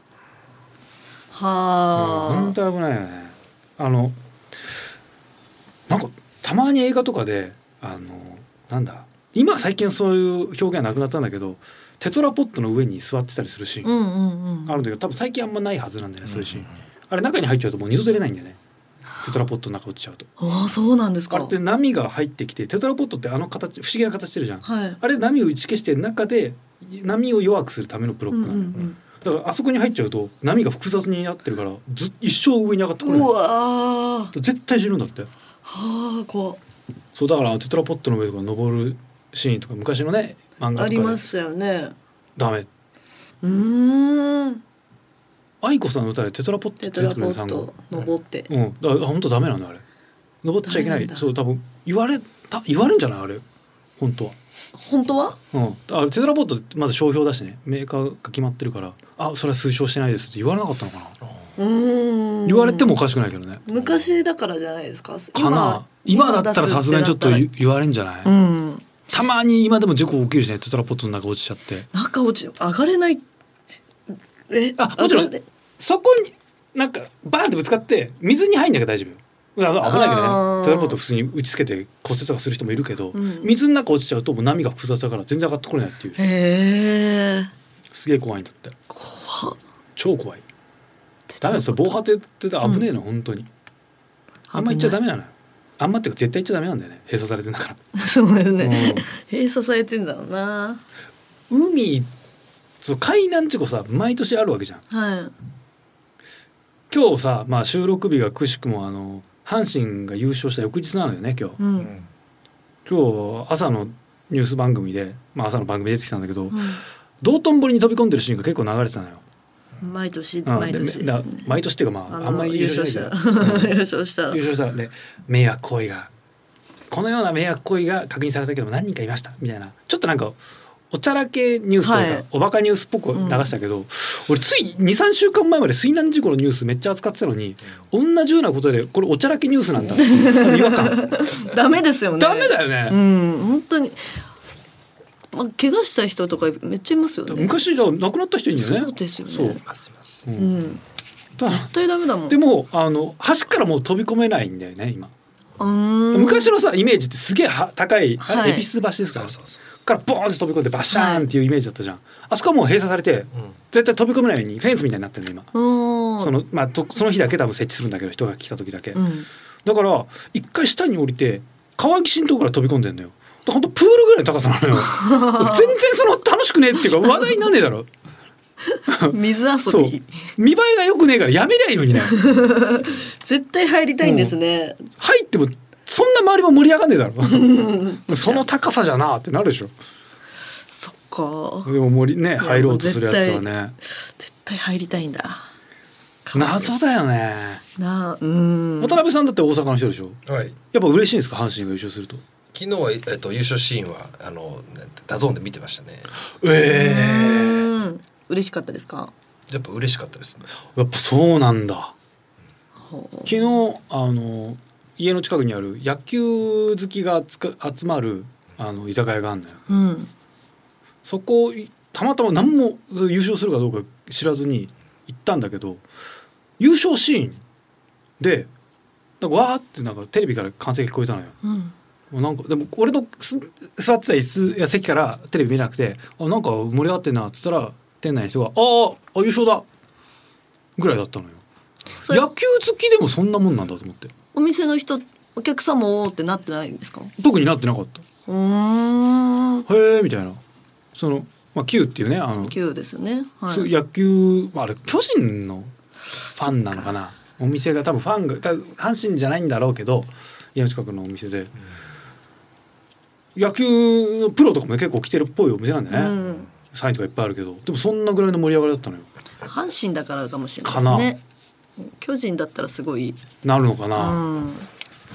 はあ、 本当危ないよね。あのなんかたまに映画とかであのなんだ今最近そういう表現はなくなったんだけどテトラポットの上に座ってたりするシーンうんうんうんあるんだけど多分最近あんまないはずなんだよね、そういうシーン。あれ中に入っちゃうともう二度と出れないんだよね。テトラポットの中落ちちゃうと。 ああそうなんですか。 あれって波が入ってきてテトラポットってあの形不思議な形してるじゃん、 はいあれ波を打ち消して中で波を弱くするためのブロックなの、 うんうんうんだからあそこに入っちゃうと波が複雑になってるからず一生上に上がってこれなうい。 わー絶対死ぬんだって。 はあこそうだからテトラポットの上とか登るシーンとか昔のね漫うあ画とかでりますよね。 ダメ。 うーん愛子さんの歌でテトラポットってテトラポ出てくる単語ット登って、 うんだから本当ダメなんだあれ。登っちゃいけないダメなんだそう多分言われた言われんじゃないあれ本当は。 本当はうん、あれテトラポットってまず商標だしねメーカーが決まってるからあそれは推奨してないですって言われなかったのかな。 うーん言われてもおかしくないけどね。 昔だからじゃないですか。 かな今だったらさすがにちょっと言言われんじゃない、 うんたまに今でも事故起きるしねテトラポットの中落ちちゃって。 中落ち上がれないえあもちろん上がれそこになんかバーンってぶつかって水に入んなきゃ大丈夫よ。あ危ないけどあーねテトラポット普通に打ちつけて骨折とかする人もいるけど、 うん水の中落ちちゃうともう波が複雑だから全然上がってこれないっていうへえすげえ怖いんだって怖っ超怖い。ダメですよ防波堤って危ねえの、本当にあんま言っちゃダメなのよ。あんまっていうか絶対言っちゃダメなんだよね閉鎖されてんだからそうですね、 うん閉鎖されてんだろうな。 海そう海難事故さ毎年あるわけじゃん。 はい今日さ、まあ、収録日がくしくもあの阪神が優勝した翌日なのよね今日、 ううんん今日朝のニュース番組で、まあ、朝の番組出てきたんだけど、 う道頓堀に飛び込んでるシーンが結構流れてたのよ。 ん、毎年うん毎年ですだよね。 毎年っていうかまああのんまり優勝しないけど優勝したらうん優勝したら優勝したらで迷惑行為がこのような迷惑行為が確認されたけど何人かいましたみたいなちょっとなんかおちゃらけニュースというか、 はいおバカニュースっぽく流したけど、俺つい にさんしゅうかんまえまで水難事故のニュースめっちゃ扱ってたのに、同じようなことでこれおちゃらけニュースなんだっていう違和感ダメですよね。 ダメだよね、 うん本当に、まあ、怪我した人とかめっちゃいますよね。 昔じゃ亡くなった人いるんだよね。 そうですよね。 そういますいますううんん、 だ絶対ダメだもん。 でもあの橋からもう飛び込めないんだよね今。 うーん昔のさイメージってすげえは高い、あれはい恵比寿橋ですかそうそうそうからボーンって飛び込んでバシャーンっていうイメージだったじゃん、あそこはもう閉鎖されてうん絶対飛び込めないようにフェンスみたいになってるの今、 うんそのまあとその日だけ多分設置するんだけど人が来た時だけ、 うんだから一回下に降りて川岸のところから飛び込んでんのよ。ほんとプールぐらいの高さなのよ全然その楽しくねえっていうか話題になんねえだろ水遊そうび見栄えが良くねえからやめりゃいいのにね絶対入りたいんですね。 入ってもそんな周りも盛り上がんねえだろその高さじゃなってなるでしょ。 そっかでも森ね入ろうとするやつはね絶対入りたいんだ。 謎だよね。 なうん渡辺さんだって大阪の人でしょ。 はい。 やっぱ嬉しいんですか阪神が優勝すると。 昨日はえっと優勝シーンはあのダゾーンで見てましたね。 えうん嬉しかったですか。 やっぱ嬉しかったですね。 やっぱそうなんだ。 ほう昨日あの家の近くにある野球好きがつか集まるあの居酒屋があるのよ。 うんそこたまたま何も優勝するかどうか知らずに行ったんだけど優勝シーンでなんかわーってなんかテレビから歓声が聞こえたのよ。 うんもうなんかでも俺のす座ってた椅子や席からテレビ見なくてあなんか盛り上がってんなっつったら店内の人が「ああ優勝だ」ぐらいだったのよ。 それ野球好きでもそんなもんなんだと思ってお店の人お客様をってなってないんですか。 特になってなかった。 うーんへえみたいなその、まあ、Q っていうねあの、 球ですよね。はいそう野球、まあ、あれ巨人のファンなのかなお店が多分ファンが多分阪神じゃないんだろうけど家の近くのお店で、野球のプロとかも結構来てるっぽいお店なんだよね、 うんサインとかいっぱいあるけどでもそんなぐらいの盛り上がりだったのよ。 阪神だからかもしれないですね。巨人だったらすごい。 なるのかうな、 ん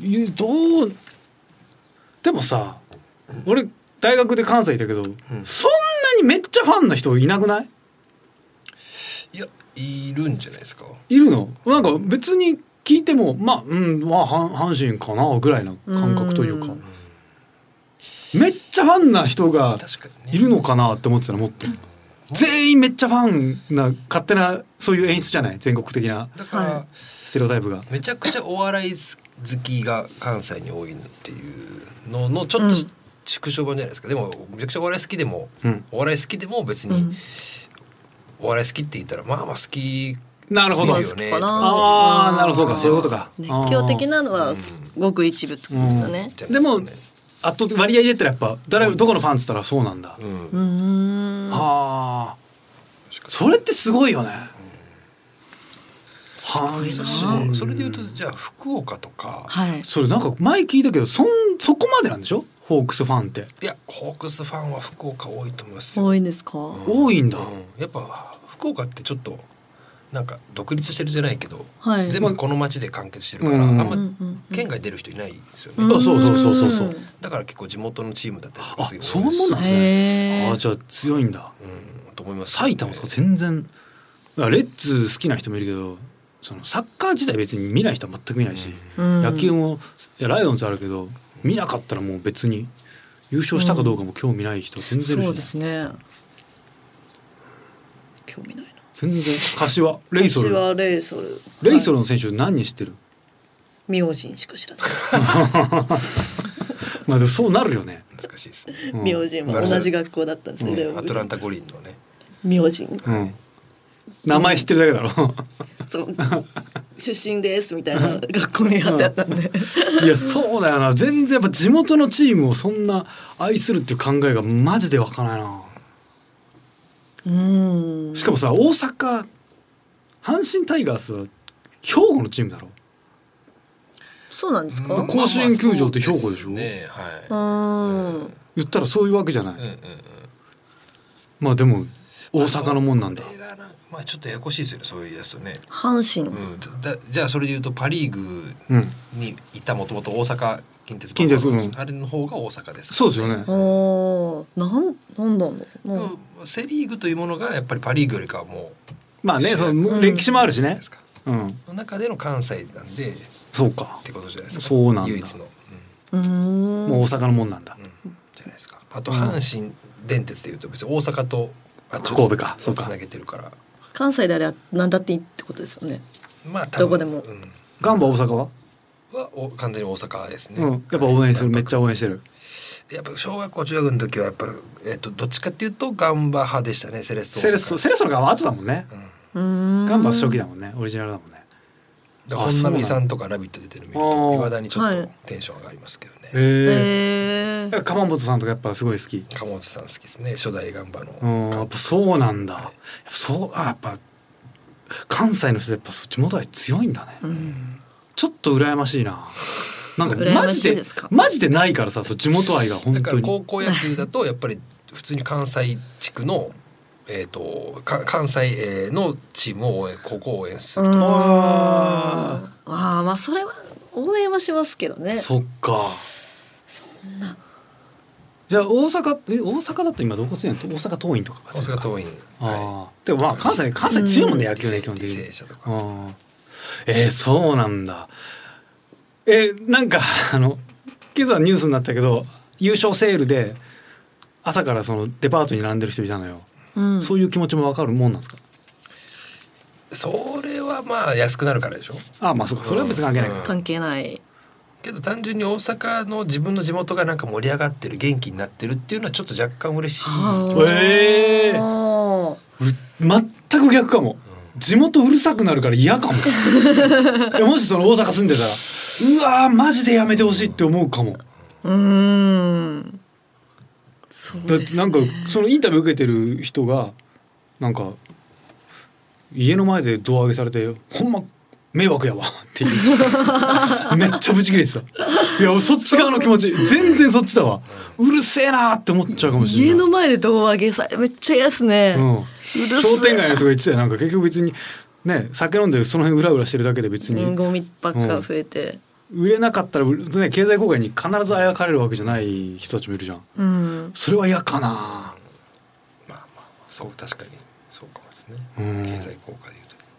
いうどうでもさ俺大学で関西いたけど、うん、そんなにめっちゃファンな人いなくない？ いやいるんじゃないですか。 いるの？なんか別に聞いてもまあうんまあ阪神かなぐらいの感覚というか、うめっちゃファンな人がいるのかなって思ってたらもっと、全員めっちゃファンな勝手なそういう演出じゃない全国的なだからステレオタイプがめちゃくちゃお笑い好きが関西に多いっていうののちょっと縮小版じゃないですか、うん、でもめちゃくちゃお笑い好きでも、うん、お笑い好きでも別に、うん、お笑い好きって言ったらまあまあ好きなるほど。 よねああなるほどかそういうことか。 熱狂的なのはごく一部ってことですよね、 うん、でも圧倒的割合で言ったらやっぱ誰どこのファンっつったらそうなんだ、うん、うんああそれってすごいよね、うん、 すごいな。それで言うとじゃあ福岡とか、 はい、それなんか前聞いたけど そ, んそこまでなんでしょホークスファンって。 いやホークスファンは福岡多いと思いますよ。 多いんですか、 うん、多いんだ、うん、 やっぱ福岡ってちょっとなんか独立してるじゃないけど、はい、全部この町で完結してるから、うん、あんま県外出る人いないですよね、 うん、そうそうそうそうそうだから結構地元のチームだったりとかする。 あそういうもんなんですね。あじゃあ強いんだ、 うん、と思います、ね、 埼玉とか全然レッズ好きな人もいるけどそのサッカー自体別に見ない人は全く見ないし、うん、野球もいやライオンズあるけど見なかったらもう別に優勝したかどうかも興味ない人全然いるし、 そうですね興味ないな全然。柏レイソル柏レイソルレイソルの選手何人知ってる？ 明神しか知らないまあでもそうなるよね。 難しいですね、 うん、明神も同じ学校だったんですけど、 うん、アトランタ五輪のね明神、うん、 名前知ってるだけだろそう出身ですみたいな学校にやってあったんでいやそうだよな。全然やっぱ地元のチームをそんな愛するっていう考えがマジでわからないな。うんしかもさ大阪阪神タイガースは兵庫のチームだろ。 そうなんですか。 甲子園球場って兵庫でしょ、まあまあねはいうん、言ったらそういうわけじゃない、うんうんうん、まあでも大阪のもんなんだ。 まあちょっとややこしいですよねそういうやつとね。 阪神、 うん、だじゃあそれで言うとパリーグにいたもともと大阪近鉄近鉄、うん、 あれの方が大阪です、 ね、そうですよね。 おなんなんだろう、うん、 セリーグというものがやっぱりパリーグよりかはもうまあねその歴史もあるしね、 うん、の中での関西なんでそうかってことじゃないですか。 そうなんだ。 唯一の、 うん、もう大阪のもんなんだ、 うん、じゃないですか。あと阪神電鉄でいうと別に大阪とあ神戸かそうかつなげてるから関西であれは何だっていいってことですよね。 まあどこでも、うん、 ガンバ大阪ははお完全に大阪ですね、 うん、やっぱ応援する、はい、めっちゃ応援してる。 やっぱ小学校中学の時はやっぱ、えー、とどっちかっていうとガンバ派でしたね。セレッソセレッソセレッソのガンバ後だもんね、うん、ガンバ初期だもんねオリジナルだもんね。 本並さんとかラビット出てるの見ると未だにちょっとテンション上がりますけどね、はい、 へえ鎌本さんとかやっぱすごい好き。 鎌本さん好きですね初代ガンバの。 やっぱそうなんだ、はい、やっぱそうあやっぱ関西の人やっぱ地元愛強いんだね、うん、ちょっと羨ましいな。なんかマジでマジでないからさそう地元愛が本当に。 だから高校野球だとやっぱり普通に関西地区のえー、と関西のチームを応援高校を応援すると。 ああまあそれは応援はしますけどね。 そっか。 そんなじゃあ大阪え大阪だと今どこ強いの？大阪桐蔭とか大阪桐蔭。 あ、はい、でもまあ関西関西強いもんね、うん、野球で基本的に。履正社とか。あえー、そうなんだ。えー、なんかあの今朝ニュースになったけど優勝セールで朝からそのデパートに並んでる人いたのよ。うん、そういう気持ちも分かるもんなんですか？ それはまあ安くなるからでしょ。 ああまあそうかそれは別に関係ないから、 うん、関係ないけど単純に大阪の自分の地元がなんか盛り上がってる元気になってるっていうのはちょっと若干嬉しい。 えー、全く逆かも、うん、地元うるさくなるから嫌かももしその大阪住んでたらうわーマジでやめてほしいって思うかも。 うーんそうですね、 だなんかそのインタビュー受けてる人がなんか家の前で胴上げされてほんま迷惑やわって言ってめっちゃブチ切れてた。いやそっち側の気持ち全然そっちだわ。うるせえなって思っちゃうかもしれない。 家の前で胴上げされめっちゃ嫌ですね、うん、 商店街の人が言ってたよ。なんか結局別にね酒飲んでその辺うらうらしてるだけで別に、 うん、ゴミばっか増えて、 売れなかったら、ね、経済効果に必ずあやかれるわけじゃない人たちもいるじゃん、 うん、 それは嫌かな。 まあまあそう確かにそうかもですね、うん、経済効果で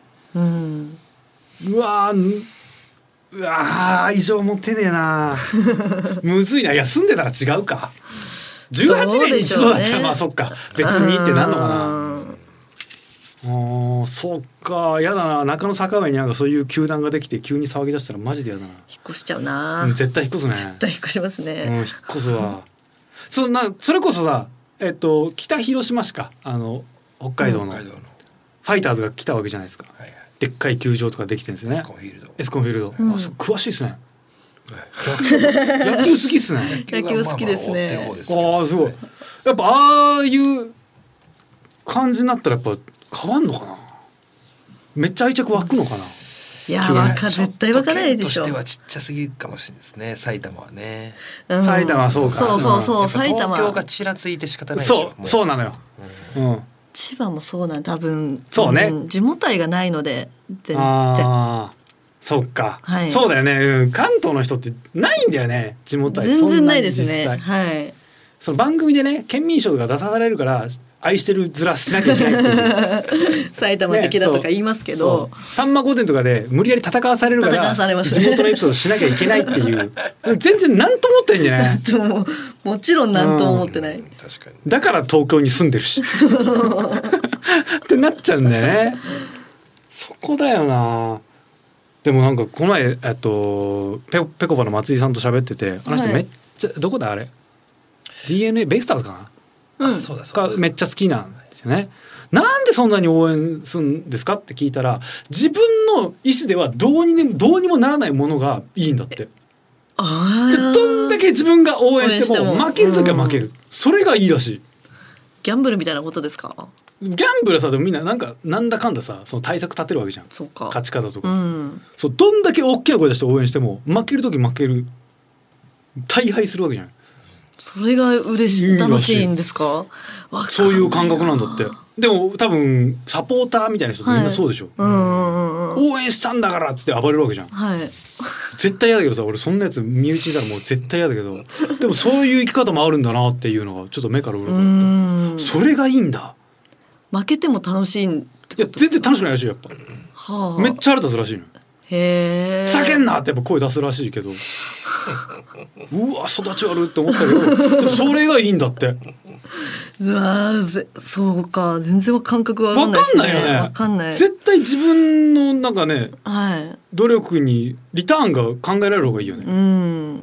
いうと、うん、 うわーうわー愛情持てねえなむずいな。いや住んでたら違うか。じゅうはちねんに一度だったら、ね、まあそっか別にってなんのかな。あそうかやだな。中野坂上になんかそういう球団ができて急に騒ぎ出したらマジでやだな。 引っ越しちゃうな、 うん、絶対引っ越すね。 絶対引っ越しますね、 うん、引っ越すわそ, なそれこそさ、えっと、北広島市かあの北海道 の,、うん、のファイターズが来たわけじゃないですか、はいはい、でっかい球場とかできてるんですよね。エスコンフィールドエスコンフィールド、うん、あ詳しいですね。野球好きっすね。 野球好きですね。 ああすごい。やっぱああいう感じになったらやっぱ変わんのかな。めっちゃ愛着湧くのかな。 いやわか絶対湧かないでしょ。 県としてはちっちゃすぎるかもしれないですね。埼玉はね、 うん、埼玉はそうか。 そうそうそう、うん、埼玉東京がちらついて仕方ないでしょ。 そうそうなのよ、うんうん、 千葉もそうなん多分そうね、 うん、地元愛がないので全然。 あそっか、はい、そうだよね、うん、関東の人ってないんだよね地元愛。 全然ないですね。はい。 その番組でね県民賞とか出されるから愛してるずらしなきゃいけないっていう埼玉的だとか言いますけど、 ね、さんま御殿とかで無理やり戦わされるから地元のエピソードしなきゃいけないっていう全然何とも思ってんじゃないも, もちろん何とも思ってない、うん、 確かに。 だから東京に住んでるしってなっちゃうんだよね。そこだよな。でもなんかこの前えっとペペコパの松井さんと喋っててあの人めっちゃ、はい、どこだあれ ディーエヌエー ベイスターズかな、うん、そうだそうだがめっちゃ好きなんですよね。なんでそんなに応援するんですかって聞いたら自分の意思ではどうにでもどうにもならないものがいいんだって。 あでどんだけ自分が応援しても負けるときは負ける、うん、それがいいらしい。 ギャンブルみたいなことですか。 ギャンブルはさでもみんななんかなんだかんださその対策立てるわけじゃん。 そうか勝ち方とか、 うん、 そうどんだけ大きな声出して応援しても負けるとき負ける大敗するわけじゃん。 それが嬉しい楽しいんですか。 そういう感覚なんだって。でも多分サポーターみたいな人みんなそうでしょ、はい、うんうんうん、応援したんだからっつって暴れるわけじゃん、 はい、 絶対嫌だけどさ俺そんなやつ身内いたらもう絶対嫌だけどでもそういう生き方もあるんだなっていうのがちょっと目から鱗だった。それがいいんだ。 負けても楽しいんってこと。 いや全然楽しくないらしいやっぱ、はあ、めっちゃ腹立つらしいの。 へー叫んなってやっぱ声出すらしいけどうわ育ち悪いって思ったけどでもそれがいいんだって。 うわぜそうか全然感覚わかんないですね。 わかんないよね。 わかんない。 絶対自分のなんかね、 はい、 努力にリターンが考えられる方がいいよね。 うん、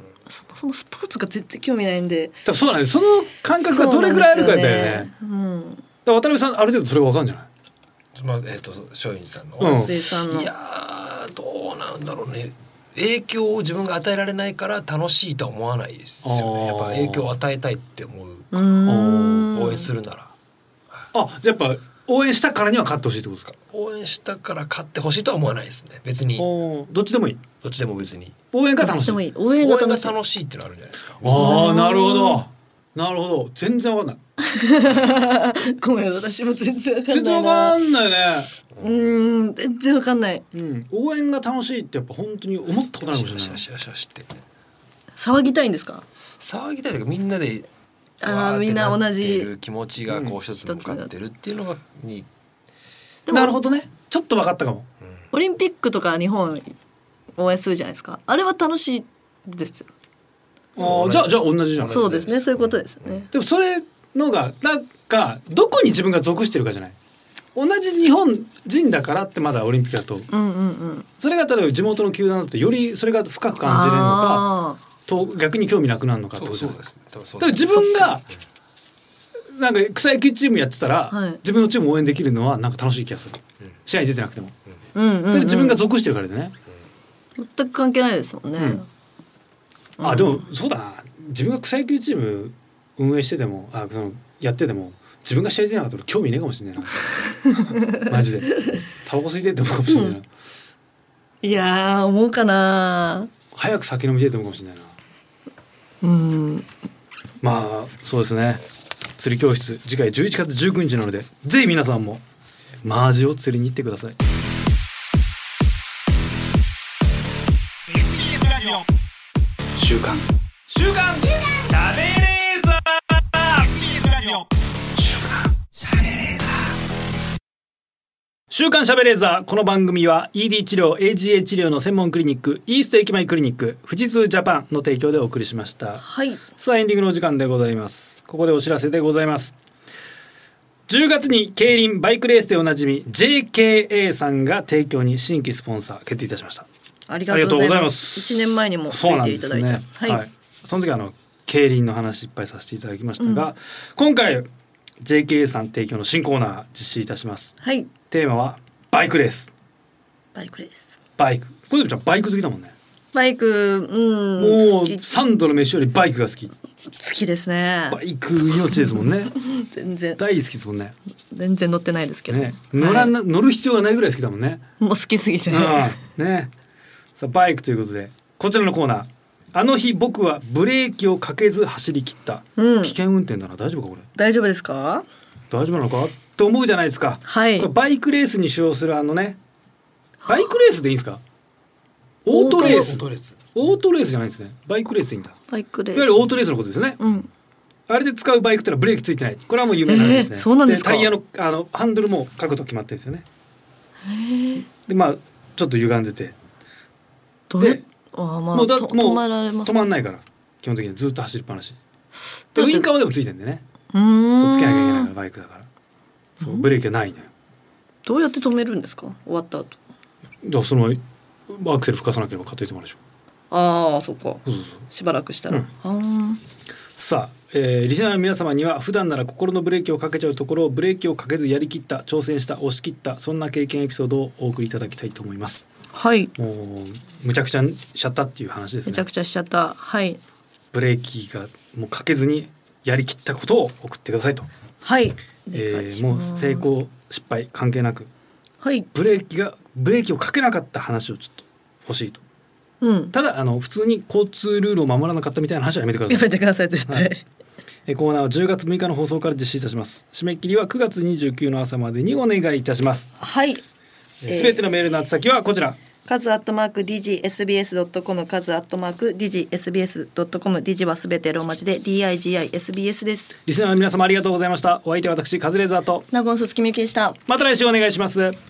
そもそもスポーツが全然興味ないんで。 多分そうなんです。その感覚がどれぐらいあるかだよね。うん、だから渡辺さんある程度それがわかんじゃない。 まあえっと松陰さんの、 うん、 さんのいやどうなんだろうね。影響を自分が与えられないから楽しいとは思わないですよね。やっぱ影響を与えたいって思うから応援するなら。 あじゃあやっぱ応援したからには勝ってほしいってことですか。 応援したから勝ってほしいとは思わないですね。別にどっちでもいい。 どっちでも別に応援が楽しい。 いい応援が楽しい。 楽しいってのあるんじゃないですか。 ああなるほどなるほど。全然わかんないごめん私も全然わかんないな。 全然わかんないね。 うん全然わかんない、 うん、応援が楽しいってやっぱ本当に思ったことないかもしれない。 よしよしよしって騒ぎたいんですか。 騒ぎたいというかみんなであみんな同じ気持ちがこう一つ向かってるっていうのがに、 うん、なるほどね。ちょっと分かったかも、 うん、オリンピックとか日本応援するじゃないですか。あれは楽しいですよ。 あじゃあじゃあ同じじゃん。 そうですねそういうことですね、うん、 でもそれのがなんかどこに自分が属してるかじゃない。同じ日本人だからってまだオリンピックだと、 うんうんうん、それが例えば地元の球団だとよりそれが深く感じれるのかと逆に興味なくなるのかってことじゃないですか。多分自分がなんか草野球チームやってたら、はい、自分のチームを応援できるのはなんか楽しい気がする、うん、試合に出てなくても、うんうんうんうん、自分が属してるからでね、 うん、全く関係ないですもんね、うんうん、あでもそうだな。自分が草野球チーム運営しててもあそのやってても自分が試合出なかったら興味ねえかもしれないなマジでタバコ吸いてって思うかもしれないな、うん、 いや思うかな。 早く酒飲みてって思うかもしれないな。 うんまあそうですね。釣り教室次回じゅういちがつじゅうくにちなのでぜひ皆さんもマアジを釣りに行ってください。エスビーエス ラジオ週刊週刊しゃべれーザ週刊しゃべれーザー。この番組は イーディー 治療 エージーエー 治療の専門クリニックイースト駅前クリニック富士通ジャパンの提供でお送りしました。 はい。 さあエンディングのお時間でございます。ここでお知らせでございます。じゅうがつに競輪バイクレースでおなじみ ジェーケーエー さんが提供に新規スポンサー決定いたしました。 ありがとうございます。いちねんまえにもついていただいた。 そうなんですね。 はい、 はい、その時はあの競輪の話いっぱいさせていただきましたが、うん、今回 ジェーケーエー さん提供の新コーナー実施いたします。 はい。 テーマはバイクレース。 バイクレース。 バイク。小泉ちゃんバイク好きだもんね。 バイク、うん。 もう三度の飯よりバイクが好き。好きですね。 バイク命ですもんね。 全然。 大好きですもんね。 全然乗ってないですけど。ね、 乗らな、はい、乗る必要がないぐらい好きだもんね。 もう好きすぎて。 うん、ね。さあバイクということでこちらのコーナー。あの日僕はブレーキをかけず走り切った、うん、危険運転だな。大丈夫かこれ。 大丈夫ですか。 大丈夫なのかって思うじゃないですか。 はい。 これバイクレースに使用するあのね。バイクレースでいいんですか。オートレース。オートレース。オートレースじゃないですね。バイクレースでいいんだ。 バイクレース。 いわゆるオートレースのことですよね。 うん。 あれで使うバイクってのはブレーキついてない。これはもう有名な話ですね。 えー、そうなんですか。 でタイヤのあのハンドルも角度決まってるんですよね。へでまあちょっと歪んでて。で、あまあ、もうだもう止まられます、ね、止まんないから基本的にずっと走りっぱなし。でウインカーはでもついてんでね。うんそうつけなきゃいけないからバイクだから。そうブレーキがないのよ。 どうやって止めるんですか終わった後。 だからそのアクセル吹かさなければ勝手に止まるでしょ。 ああそっか。そうそうそうしばらくしたら。うん、 さあ、えー、リスナーの皆様には普段なら心のブレーキをかけちゃうところをブレーキをかけずやりきった挑戦した押し切ったそんな経験エピソードをお送りいただきたいと思います。 はい。 もうむちゃくちゃしちゃったっていう話ですね。 むちゃくちゃしちゃった。はい。 ブレーキがもうかけずにやりきったことを送ってくださいと。 はい。 えー、もう成功失敗関係なく、 はい、 ブレーキがブレーキをかけなかった話をちょっと欲しいと、 うん、 ただあの普通に交通ルールを守らなかったみたいな話はやめてください。 やめてください絶対、はい、 えコーナーはじゅうがつむいかの放送から実施いたします。締め切りはくがつにじゅうくにちの朝までにお願いいたします。 はい。 すべてのメールの宛先はこちら。 カズアットマーク ディジエスビーエスドットコム カズアットマーク ディジエスビーエスドットコム ディジはすべてローマ字で ディーアイジーアイエスビーエス です。 リスナーの皆様ありがとうございました。お相手は私カズレーザーとナゴンス月見ゆきでした。 また来週お願いします。